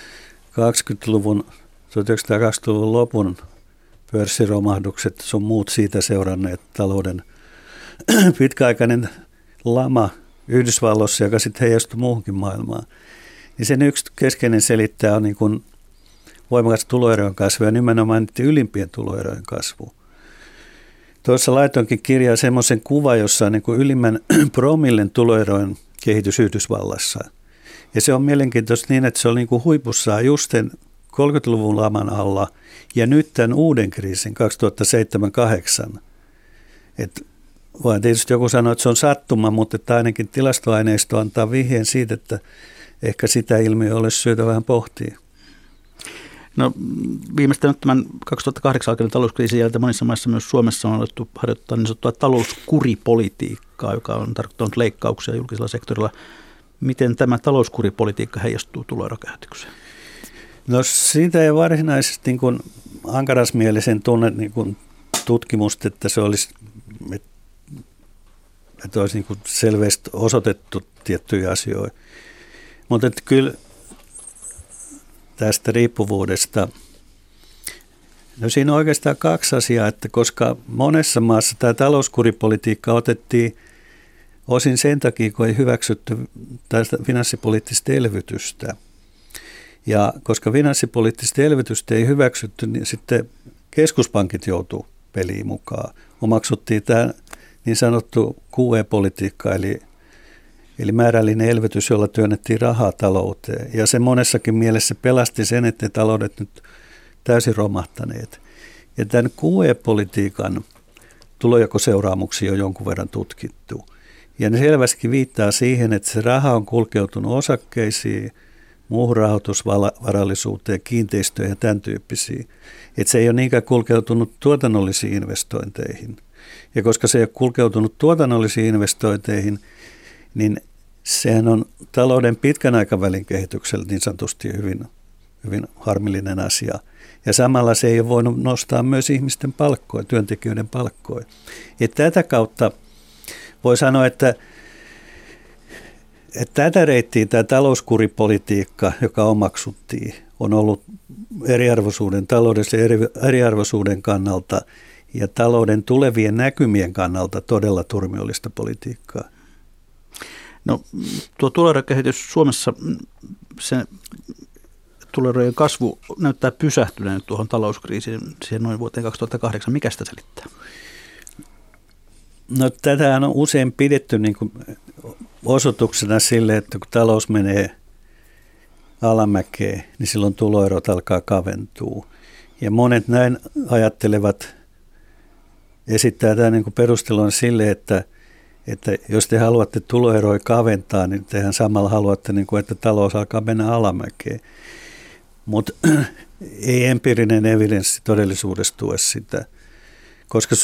1920-luvun lopun pörssiromahdukset sun muut siitä seuranneet talouden pitkäaikainen lama Yhdysvalloissa, joka sitten heijastui muuhunkin maailmaan, niin sen yksi keskeinen selittää on niin kuin voimakas tuloerojen kasvu ja nimenomaan ylimpien tuloerojen kasvu. Tuossa laitoinkin kirjaa semmoisen kuva, jossa on niin kuin ylimmän promillen tuloerojen kehitys Yhdysvallassa. Ja se on mielenkiintoista niin, että se on niin kuin huipussaan just sen 30-luvun laman alla ja nyt tämän uuden kriisin 2007-2008. Vaan tietysti joku sanoo, että se on sattuma, mutta että ainakin tilastoaineisto antaa vihjeen siitä, että ehkä sitä ilmiöä olisi syytä vähän pohtia. No viimeistään nyt tämän 2008 alkaneen talouskriisin jälkeen monissa maissa myös Suomessa on alettu harjoittaa niin sanottua talouskuripolitiikkaa, joka on tarkoittanut leikkauksia julkisella sektorilla. Miten tämä talouskuripolitiikka heijastuu tuloerokehitykseen? No siitä ei varsinaisesti niin kuin ankarasmielisen tunne niin kuin tutkimusta, että se olisi, että olisi niin kuin selvästi osoitettu tiettyjä asioita. Mutta kyllä tästä riippuvuudesta, no siinä on oikeastaan kaksi asiaa, että koska monessa maassa tämä talouskuripolitiikka otettiin osin sen takia, kun ei hyväksytty tästä finanssipoliittista elvytystä. Ja koska finanssipoliittista elvytystä ei hyväksytty, niin sitten keskuspankit joutuu peliin mukaan. Omaksuttiin tämä niin sanottu QE-politiikka, eli määrällinen elvytys, jolla työnnettiin rahaa talouteen. Ja se monessakin mielessä pelasti sen, että taloudet nyt täysin romahtaneet. Ja tämän QE-politiikan tulonjakoseuraamuksia on jonkun verran tutkittu. Ja ne selvästi viittaa siihen, että se raha on kulkeutunut osakkeisiin, muuhun rahoitusvarallisuuteen, kiinteistöihin ja tämän tyyppisiin. Että se ei ole niinkään kulkeutunut tuotannollisiin investointeihin. Ja koska se ei ole kulkeutunut tuotannollisiin investointeihin, niin sehän on talouden pitkän aikavälin kehityksellä niin sanotusti hyvin harmillinen asia. Ja samalla se ei ole voinut nostaa myös ihmisten palkkoja, työntekijöiden palkkoja. Ja tätä kautta voi sanoa, että tätä reittiä tämä talouskuripolitiikka, joka omaksuttiin, on ollut eriarvoisuuden, taloudellisen eriarvoisuuden kannalta ja talouden tulevien näkymien kannalta todella turmiollista politiikkaa. No tuo tuloerokehitys Suomessa, se tuloerojen kasvu näyttää pysähtyneen tuohon talouskriisiin siihen noin vuoteen 2008. Mikä sitä selittää? No tätä on usein pidetty niin kuin osoituksena sille, että kun talous menee alamäkeen, niin silloin tuloerot alkaa kaventua. Ja monet näin ajattelevat, esittää tämän niin kuin perustelun sille, että jos te haluatte tuloeroja kaventaa, niin tehän samalla haluatte, niin kuin, että talous alkaa mennä alamäkeen. Mutta ei empiirinen evidenssi todellisuudessa tue sitä, koska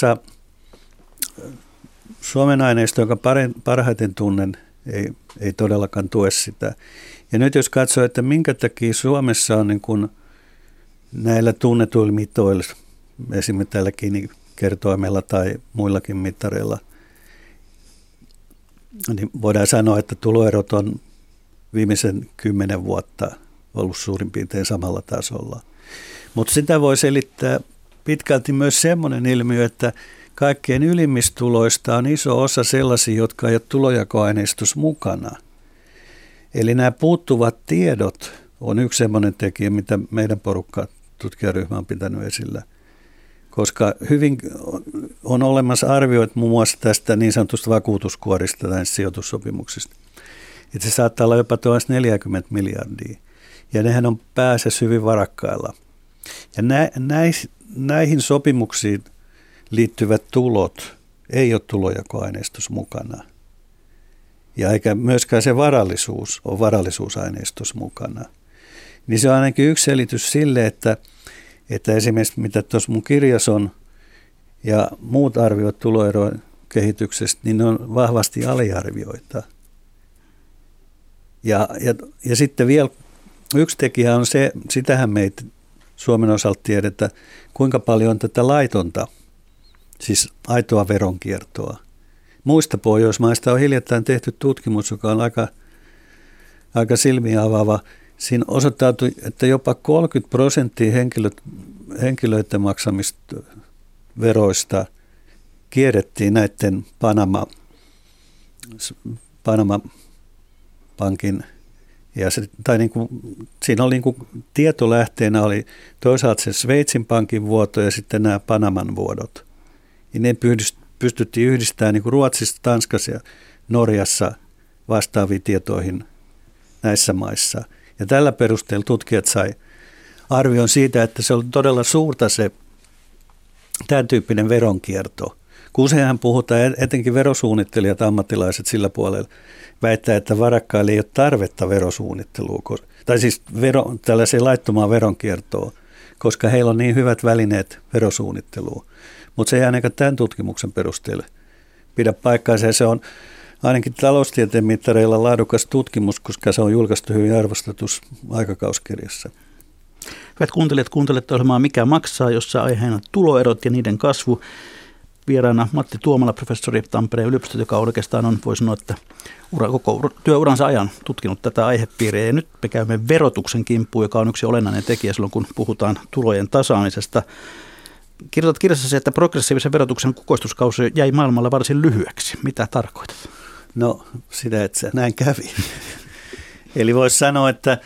Suomen aineisto, jonka parhaiten tunnen, ei todellakaan tue sitä. Ja nyt jos katsoo, että minkä takia Suomessa on niin kuin näillä tunnetuilla mitoilla, esimerkiksi tällä Gini-kertoimella tai muillakin mittareilla, niin voidaan sanoa, että tuloerot on viimeisen 10 vuotta ollut suurin piirtein samalla tasolla. Mutta sitä voi selittää pitkälti myös semmoinen ilmiö, että kaikkein ylimmistä tuloista on iso osa sellaisia, jotka ei ole tulojakoaineistossa mukana. Eli nämä puuttuvat tiedot on yksi semmoinen tekijä, mitä meidän porukka tutkijaryhmä on pitänyt esillä. Koska hyvin on olemassa arvioit muun muassa tästä niin sanotusta vakuutuskuorista tai sijoitussopimuksista. Että se saattaa olla jopa 40 miljardia. Ja nehän on pääasiassa hyvin varakkailla. Ja näihin sopimuksiin liittyvät tulot ei ole tulojakoaineistossa mukana. Ja eikä myöskään se varallisuus ole varallisuusaineistossa mukana. Niin se on ainakin yksi selitys sille, että esimerkiksi mitä tuossa mun kirjassa on ja muut arviot tuloerojen kehityksestä, niin ne on vahvasti aliarvioita. Ja sitten vielä yksi tekijä on se, sitähän me ei Suomen osalta tiedetä, kuinka paljon on tätä laitonta, siis aitoa veronkiertoa. Muista Pohjoismaista on hiljattain tehty tutkimus, joka on aika silmiä avaava. Siinä osoittautui, että jopa 30% henkilöiden maksamista veroista kierrettiin näiden Panama-pankin. Ja siinä oli tietolähteenä oli toisaalta se Sveitsin pankin vuoto ja sitten nämä Panaman vuodot. Ja ne pystyttiin yhdistämään Ruotsissa, Tanskassa ja Norjassa vastaaviin tietoihin näissä maissa. Ja tällä perusteella tutkijat sai arvion siitä, että se on todella suurta se tämän tyyppinen veronkierto. Kun useinhan puhutaan, etenkin verosuunnittelijat, ammattilaiset sillä puolella väittää, että varakkaille ei ole tarvetta verosuunnitteluun, tai siis tällaiseen laittomaan veronkiertoon, koska heillä on niin hyvät välineet verosuunnitteluun. Mutta se ei ainakaan tämän tutkimuksen perusteella pidä paikkaansa, ja se on ainakin taloustieteen mittareilla laadukas tutkimus, koska se on julkaistu hyvin arvostetussa aikakauskirjassa. Hyvät kuuntelijat, kuuntelette ohjelmaa Mikä maksaa, jossa aiheena tuloerot ja niiden kasvu. Vieraana Matti Tuomala, professori Tampereen yliopistosta, joka oikeastaan on, voi sanoa, että koko työuransa ajan tutkinut tätä aihepiiriä. Ja nyt me käymme verotuksen kimppuun, joka on yksi olennainen tekijä silloin, kun puhutaan tulojen tasaamisesta. Kirjoitat kirjassasi, että progressiivisen verotuksen kukoistuskausi jäi maailmalla varsin lyhyeksi. Mitä tarkoitat? No sitä, että näin kävi. Eli voisi sanoa, että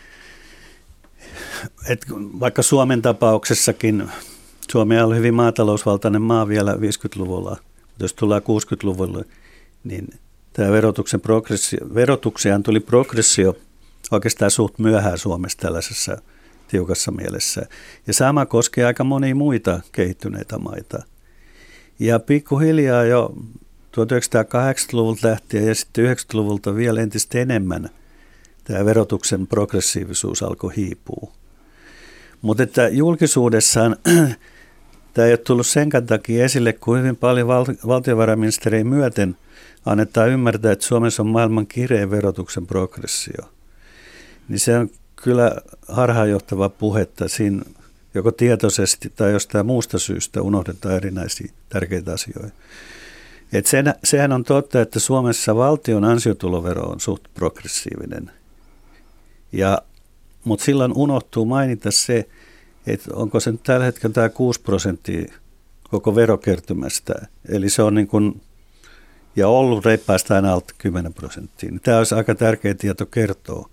vaikka Suomen tapauksessakin, Suomi oli hyvin maatalousvaltainen maa vielä 50-luvulla, mutta jos tullaan 60-luvulle, niin tämä verotukseen tuli progressio oikeastaan suht myöhään Suomessa tällaisessa tiukassa mielessä. Ja sama koskee aika monia muita kehittyneitä maita. Ja pikkuhiljaa jo 1980-luvulta lähtien ja sitten 90-luvulta vielä entistä enemmän tämä verotuksen progressiivisuus alkoi hiipua. Mutta että julkisuudessaan tämä ei ole tullut sen takia esille, kun hyvin paljon valtiovarainministeriä myöten annetaan ymmärtää, että Suomessa on maailman kirein verotuksen progressio. Niin se on kyllä harhaanjohtavaa puhetta. Siinä joko tietoisesti tai jostain muusta syystä unohdetaan erinäisiä tärkeitä asioita. Sehän on totta, että Suomessa valtion ansiotulovero on suht progressiivinen. Mutta silloin unohtuu mainita se, että onko se tällä hetkellä tämä 6% koko verokertymästä. Eli se on niin kuin, ja ollut reippaasti aina alta 10%. Tämä olisi aika tärkeä tieto kertoa.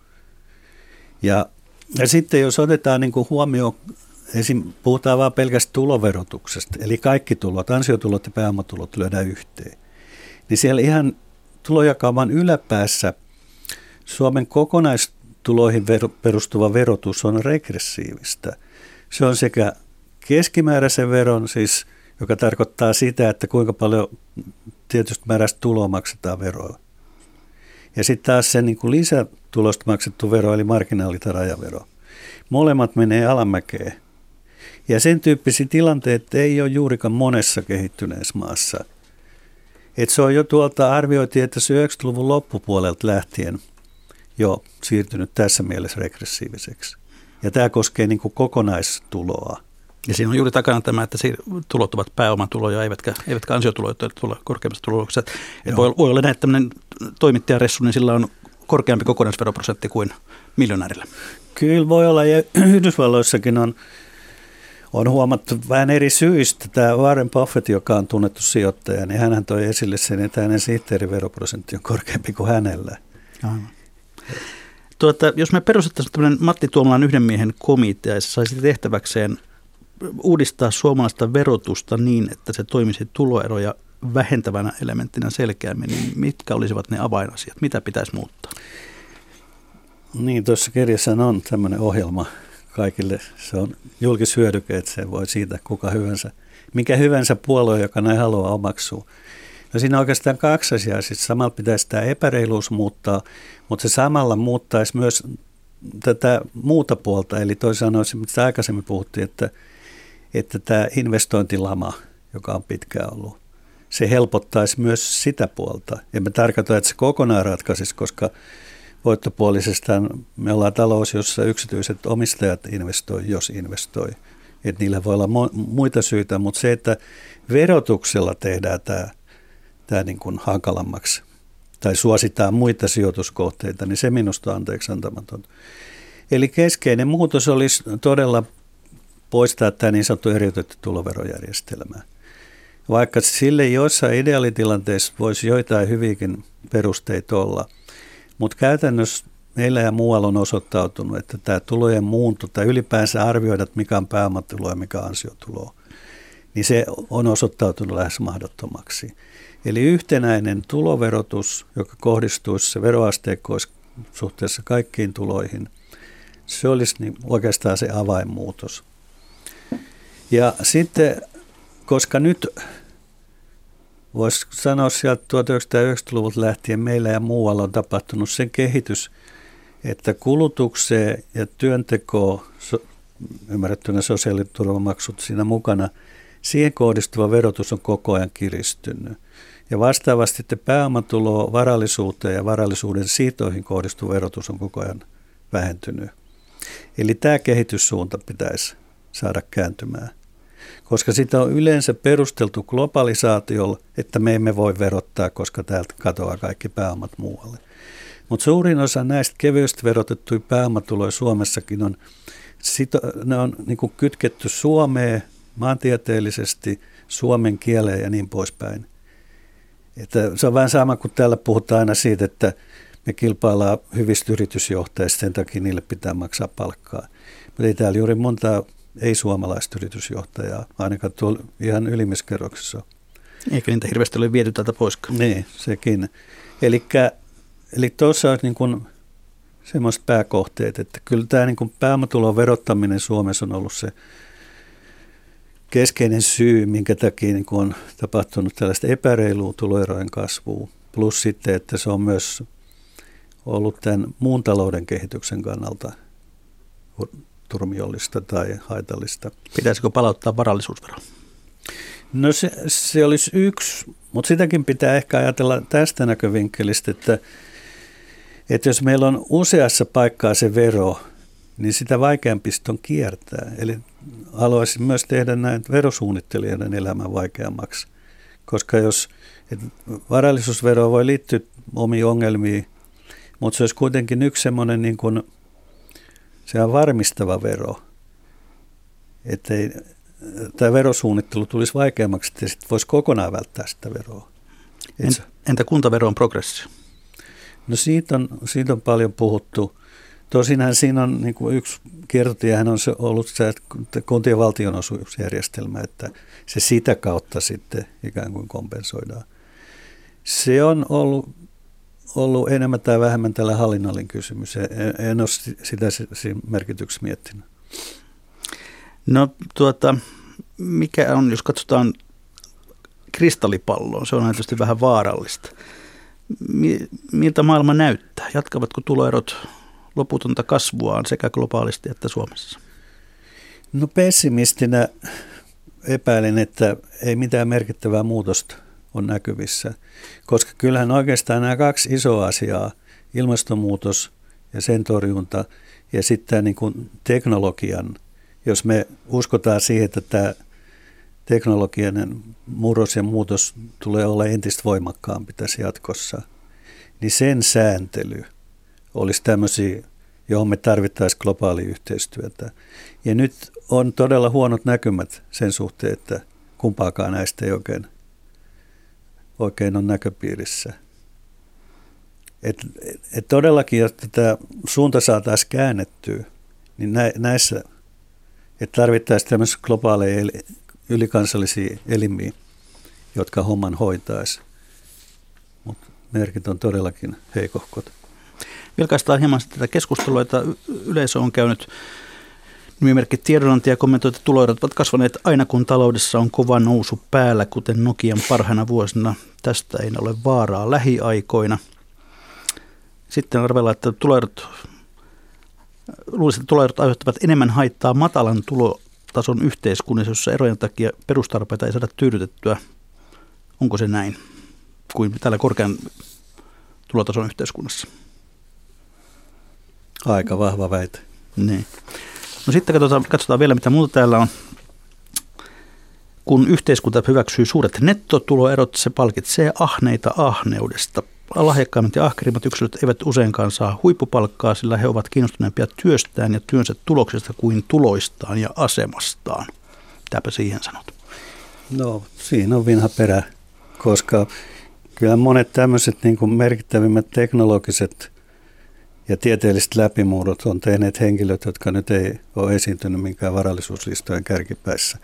Ja sitten jos otetaan niin kuin huomioon, puhutaan vaan pelkästään tuloverotuksesta, eli kaikki tulot, ansiotulot ja pääomatulot lyödään yhteen, niin siellä ihan tulojakauman yläpäässä Suomen kokonaistuloihin perustuva verotus on regressiivistä. Se on sekä keskimääräisen veron, siis, joka tarkoittaa sitä, että kuinka paljon tietysti määräistä tuloa maksetaan veroa. Ja sitten taas se niin kuin lisätulosta maksettu vero, eli marginaali- tai rajavero. Molemmat menee alamäkeen. Ja sen tyyppisiä tilanteita ei ole juurikaan monessa kehittyneessä maassa. Et se on jo tuolta arvioitiin, että se 90-luvun loppupuolelta lähtien jo siirtynyt tässä mielessä regressiiviseksi. Ja tämä koskee niin kuin kokonaistuloa. Ja siinä on juuri takana tämä, että tulot ovat pääomatuloja, eivätkä ansiotuloja, tulla korkeammasta tuloista. Voi olla näin, että tämmöinen toimittajaressu, niin sillä on korkeampi kokonaisveroprosentti kuin miljonäärillä. Kyllä voi olla, ja Yhdysvalloissakin on huomattu vähän eri syistä. Tämä Warren Buffett, joka on tunnettu sijoittaja, niin hänhän toi esille sen, että hänen sihteeriveroprosentti on korkeampi kuin hänellä. Aivan. Jos me perustettaisiin tämmöinen Matti Tuomalan yhden miehen komitea, ja se saisi tehtäväkseen uudistaa suomalaista verotusta niin, että se toimisi tuloeroja vähentävänä elementtinä selkeämmin, niin mitkä olisivat ne avainasiat? Mitä pitäisi muuttaa? Niin, tuossa kirjassa on tämmöinen ohjelma kaikille. Se on julkishyödyke, että se voi siitä kuka hyvänsä, mikä hyvänsä puolue, joka näin haluaa omaksua. No siinä on oikeastaan kaksi asiaa. Siis samalla pitäisi tämä epäreiluus muuttaa, mutta se samalla muuttaisi myös tätä muuta puolta. Eli toisin sanoen, mitä aikaisemmin puhuttiin, että tämä investointilama, joka on pitkään ollut, se helpottaisi myös sitä puolta. En mä tarkoita, että se kokonaan ratkaisisi, koska voittopuolisesti me ollaan talous, jossa yksityiset omistajat investoi, jos investoi. Että niillä voi olla muita syitä, mutta se, että verotuksella tehdään tämä niin kuin hankalammaksi tai suositaan muita sijoituskohteita, niin se minusta on anteeksi antamaton. Eli keskeinen muutos olisi todella poistaa tämä niin sanottu eriytetty tuloverojärjestelmä. Vaikka sille joissain ideaalitilanteissa voisi joitain hyviäkin perusteita olla, mutta käytännössä meillä ja muualla on osoittautunut, että tämä tulojen muunto tai ylipäänsä arvioida, että mikä on pääomatulo ja mikä on ansiotulo, niin se on osoittautunut lähes mahdottomaksi. Eli yhtenäinen tuloverotus, joka kohdistuisi, se veroasteikko olisi suhteessa kaikkiin tuloihin, se olisi niin oikeastaan se avainmuutos. Ja sitten, koska nyt voisi sanoa sieltä 1990-luvulta lähtien meillä ja muualla on tapahtunut sen kehitys, että kulutukseen ja työntekoon, ymmärrettynä sosiaaliturvamaksut siinä mukana, siihen kohdistuva verotus on koko ajan kiristynyt. Ja vastaavasti pääomatuloon, varallisuuteen ja varallisuuden siitoihin kohdistuva verotus on koko ajan vähentynyt. Eli tämä kehityssuunta pitäisi saada kääntymään. Koska sitä on yleensä perusteltu globalisaatiolla, että me emme voi verottaa, koska täältä katoaa kaikki pääomat muualle. Mutta suurin osa näistä kevyesti verotettuja pääomatuloja Suomessakin ne on niin kuin kytketty Suomeen maantieteellisesti, suomen kieleen ja niin poispäin. Että se on vähän sama kuin täällä puhutaan aina siitä, että me kilpaillaan hyvistä yritysjohtajista, sen takia niille pitää maksaa palkkaa. Mutta ei täällä juuri monta ei-suomalaista yritysjohtajaa, ainakaan tuolla ihan ylimmissä kerroksissa. Eikä niitä hirveästi ole viety täältä poiskaan. Niin, sekin. Eli tuossa on niin kuin semmoiset pääkohteet, että kyllä tämä niin kuin pääomatulon verottaminen Suomessa on ollut se keskeinen syy, minkä takia niin kuin on tapahtunut tällaista epäreilua tuloerojen kasvua. Plus sitten, että se on myös ollut tämän muun talouden kehityksen kannalta turmiollista tai haitallista. Pitäisikö palauttaa varallisuusvero? No se olisi yksi, mutta sitäkin pitää ehkä ajatella tästä näkövinkkelistä, että jos meillä on useassa paikkaa se vero, niin sitä vaikeampi on kiertää. Eli haluaisin myös tehdä näin verosuunnittelijoiden elämän vaikeammaksi, koska jos varallisuusvero voi liittyä omiin ongelmiin, mutta se olisi kuitenkin yksi semmoinen niin kuin, se on varmistava vero, ettei tämä verosuunnittelu tulisi vaikeammaksi, että sitten voisi kokonaan välttää sitä veroa. Entä kuntaveron progressio? No siitä on paljon puhuttu. Tosinhan siinä on niin kuin yksi kiertotiehän on se ollut se kuntien valtionosuusjärjestelmä, että se sitä kautta sitten ikään kuin kompensoidaan. Se on ollut enemmän tai vähemmän tällä hallinnollinen kysymys. En ole sitä merkityksessä miettinyt. No mikä on, jos katsotaan kristallipalloon, se on tietysti vähän vaarallista. Miltä maailma näyttää? Jatkavatko tuloerot loputonta kasvuaan sekä globaalisti että Suomessa? No pessimistinä epäilen, että ei mitään merkittävää muutosta on näkyvissä, koska kyllähän oikeastaan nämä kaksi isoa asiaa, ilmastonmuutos ja sen torjunta ja sitten niin kuin teknologian, jos me uskotaan siihen, että tämä teknologian murros ja muutos tulee olla entistä voimakkaampi tässä jatkossa, niin sen sääntely olisi tämmöisiä, johon me tarvittaisiin globaalia yhteistyötä. Ja nyt on todella huonot näkymät sen suhteen, että kumpaakaan näistä ei oikein on näköpiirissä. Et todellakin, jotta tämä suunta saataisiin käännettyä, niin näissä, että tarvittaisiin tämmöisiä globaaleja ylikansallisia elimiä, jotka homman hoitaisi. Mutta merkit on todellakin heikohkot. Vilkaistaan hieman tätä keskustelua, että yleisö on käynyt nimimerkki tiedonantaja ja kommentoi, että tuloerot ovat kasvaneet aina kun taloudessa on kova nousu päällä, kuten Nokian parhaina vuosina. Tästä ei ole vaaraa lähiaikoina. Sitten arvellaan, että tuloerot aiheuttavat enemmän haittaa matalan tulotason yhteiskunnassa, jossa erojen takia perustarpeita ei saada tyydytettyä. Onko se näin kuin tällä korkean tulotason yhteiskunnassa? Aika vahva väite. Niin. No sitten katsotaan vielä, mitä muuta täällä on. Kun yhteiskunta hyväksyy suuret nettotuloerot, se palkitsee ahneita ahneudesta. Lahjakkaimmat ja ahkerimmat yksilöt eivät useinkaan saa huippupalkkaa, sillä he ovat kiinnostuneempia työstään ja työnsä tuloksesta kuin tuloistaan ja asemastaan. Mitäpä siihen sanot? No, siinä on vinha perä, koska kyllä monet tämmöiset niin kuin merkittävimmät teknologiset ja tieteelliset läpimurrot on tehneet henkilöt, jotka nyt ei ole esiintynyt minkään varallisuuslistojen kärkipäissä.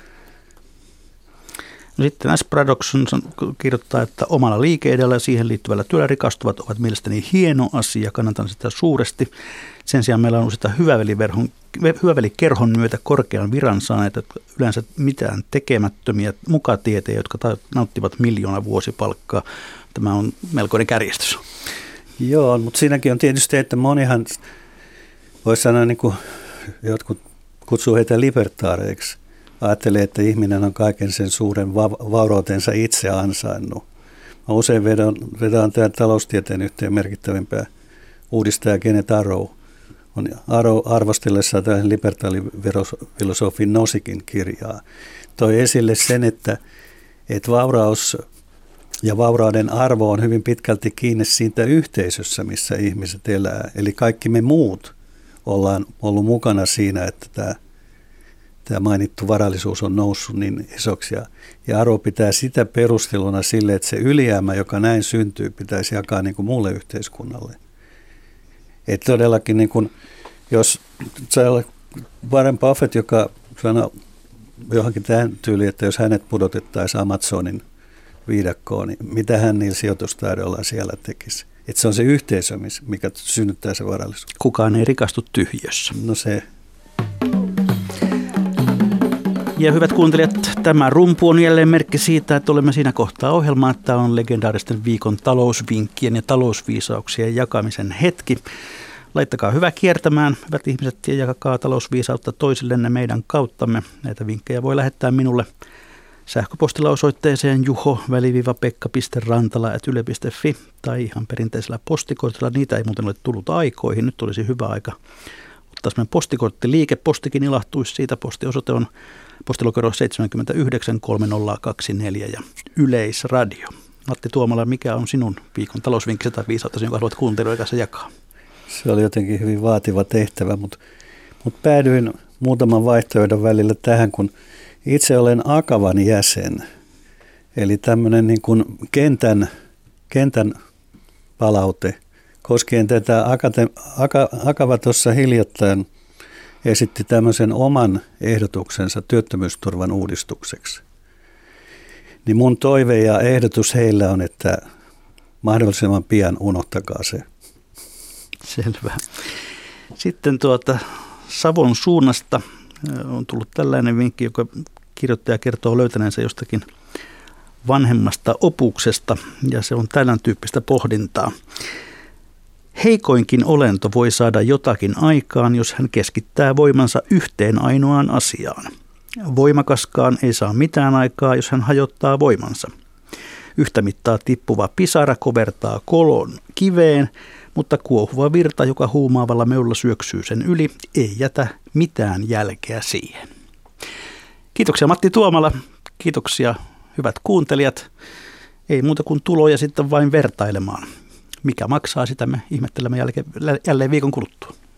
No sitten S. Braddockson kirjoittaa, että omalla liike-edellä ja siihen liittyvällä työllä rikastuvat ovat mielestäni hieno asia, kannatan sitä suuresti. Sen sijaan meillä on useita hyvävelikerhon myötä korkean viran saaneet, yleensä mitään tekemättömiä mukatieteitä, jotka nauttivat 1 miljoona vuosipalkkaa. Tämä on melkoinen kärjestys. Joo, mutta siinäkin on tietysti, että monihan, voisi sanoa, niin kuin jotkut kutsuu heitä libertaareiksi, ajattelee, että ihminen on kaiken sen suuren vaurautensa itse ansainnut. Mä usein vedän tämän taloustieteen yhteen merkittävimpää uudistaja Kenneth Arrow arvostellessaan tämän libertaalifilosofin Nosikin kirjaa toi esille sen, että vauraus ja vaurauden arvo on hyvin pitkälti kiinni siitä yhteisössä, missä ihmiset elää. Eli kaikki me muut ollaan ollut mukana siinä, että tämä mainittu varallisuus on noussut niin isoksi. Ja Arvo pitää sitä perusteluna sille, että se ylijäämä, joka näin syntyy, pitäisi jakaa niin kuin muulle yhteiskunnalle. Että todellakin, niin kuin, jos Warren Buffett, joka sanoo johonkin tähän tyyliin, että jos hänet pudotettaisiin Amazonin viidakkoon, niin mitä hän niillä sijoitustaidoillaan siellä tekisi? Että se on se yhteisö, mikä synnyttää se varallisuus. Kukaan ei rikastu tyhjössä. No se. Ja hyvät kuuntelijat, tämä rumpu on jälleen merkki siitä, että olemme siinä kohtaa ohjelmaa, että on legendaaristen viikon talousvinkkien ja talousviisauksien jakamisen hetki. Laittakaa hyvä kiertämään, hyvät ihmiset, ja jakakaa talousviisautta toisillenne meidän kauttamme. Näitä vinkkejä voi lähettää minulle sähköpostilla osoitteeseen juho-pekka.rantala@yle.fi tai ihan perinteisellä postikortilla. Niitä ei muuten ole tullut aikoihin. Nyt olisi hyvä aika ottaa semmoinen postikorttiliike. Postikin ilahtuisi siitä. Postiosoite on postilokero 79 3024 ja Yleisradio. Matti Tuomala, mikä on sinun viikon talousvinkkisi tai viisauttasi, jonka haluat kuuntelijoiden kanssa jakaa? Se oli jotenkin hyvin vaativa tehtävä, mutta päädyin muutaman vaihtoehdon välillä tähän, kun itse olen Akavan jäsen. Eli tämmöinen niin kuin kentän palaute koskien tätä Akava tuossa hiljattain esitti tämmöisen oman ehdotuksensa työttömyysturvan uudistukseksi. Niin mun toive ja ehdotus heillä on, että mahdollisimman pian unohtakaa se. Selvä. Sitten Savon suunnasta on tullut tällainen vinkki, joka kirjoittaja kertoo löytäneensä jostakin vanhemmasta opuksesta, ja se on tällän tyyppistä pohdintaa. Heikoinkin olento voi saada jotakin aikaan, jos hän keskittää voimansa yhteen ainoaan asiaan. Voimakaskaan ei saa mitään aikaa, jos hän hajottaa voimansa. Yhtä mittaa tippuva pisara kovertaa kolon kiveen, mutta kuohuva virta, joka huumaavalla meulla syöksyy sen yli, ei jätä mitään jälkeä siihen. Kiitoksia Matti Tuomala, kiitoksia hyvät kuuntelijat. Ei muuta kuin tuloja sitten vain vertailemaan. Mikä maksaa, sitä me ihmettelemme jälleen viikon kuluttua.